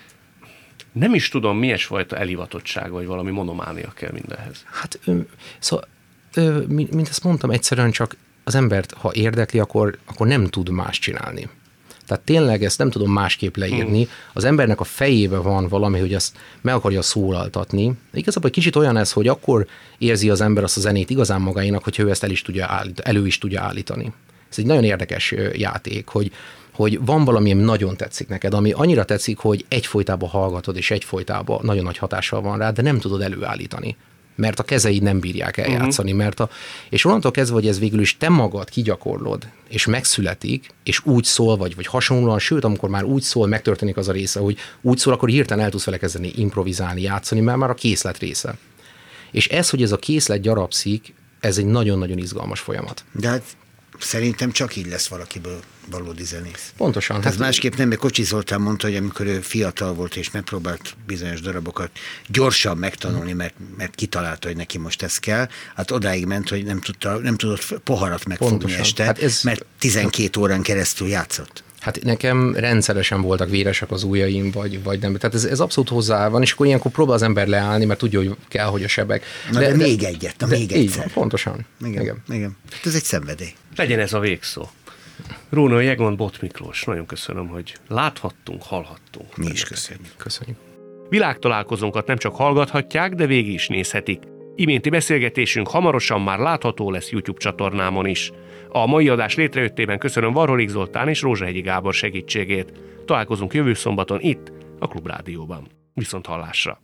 nem is tudom, milyesfajta elhivatottság, vagy valami monománia kell mindenhez. Hát, szóval, mint ezt mondtam, egyszerűen csak az embert, ha érdekli, akkor nem tud más csinálni. Tehát tényleg ezt nem tudom másképp leírni. Az embernek a fejében van valami, hogy azt meg akarja szólaltatni. Igazából egy kicsit olyan ez, hogy akkor érzi az ember azt a zenét igazán magáénak, hogyha ő ezt elő is tudja állítani. Ez egy nagyon érdekes játék, hogy van valami, ami nagyon tetszik neked, ami annyira tetszik, hogy egyfolytában hallgatod, és egyfolytában nagyon nagy hatással van rá, de nem tudod előállítani. Mert a kezeid nem bírják eljátszani, és onnantól kezdve, hogy ez végül is te magad kigyakorlod, és megszületik, és úgy szól, vagy hasonlóan, sőt, amikor már úgy szól, megtörténik az a része, hogy úgy szól, akkor hirtelen el tudsz vele kezdeni improvizálni, játszani, mert már a készlet része. És ez, hogy ez a készlet gyarapszik, ez egy nagyon-nagyon izgalmas folyamat. De hát szerintem csak így lesz valakiből valódi zenész. Pontosan. Ez másképp nem, mert Kocsis Zoltán mondta, hogy amikor ő fiatal volt és megpróbált bizonyos darabokat gyorsan megtanulni, mert kitalálta, hogy neki most ez kell, hát odáig ment, hogy nem tudott poharat megfogni Pontosan. este, Hát mert 12 órán keresztül játszott. Hát nekem rendszeresen voltak véresek az ujjaim, vagy nem. Tehát ez abszolút hozzá van, és akkor ilyenkor próbál az ember leállni, mert tudja, hogy kell, hogy a sebek. De még egyet, még egyszer. Van, pontosan. Igen. Ez egy szenvedély. Legyen ez a végszó. Rónai Egon, Bot Miklós, nagyon köszönöm, hogy láthattunk, hallhattunk. Mi is köszönjük. Köszönjük. Világtalálkozónkat nem csak hallgathatják, de végig is nézhetik. Iménti beszélgetésünk hamarosan már látható lesz YouTube csatornámon is. A mai adás létrejöttében köszönöm Varholik Zoltán és Rózsahegyi Gábor segítségét. Találkozunk jövő szombaton itt, a Klubrádióban. Viszont hallásra!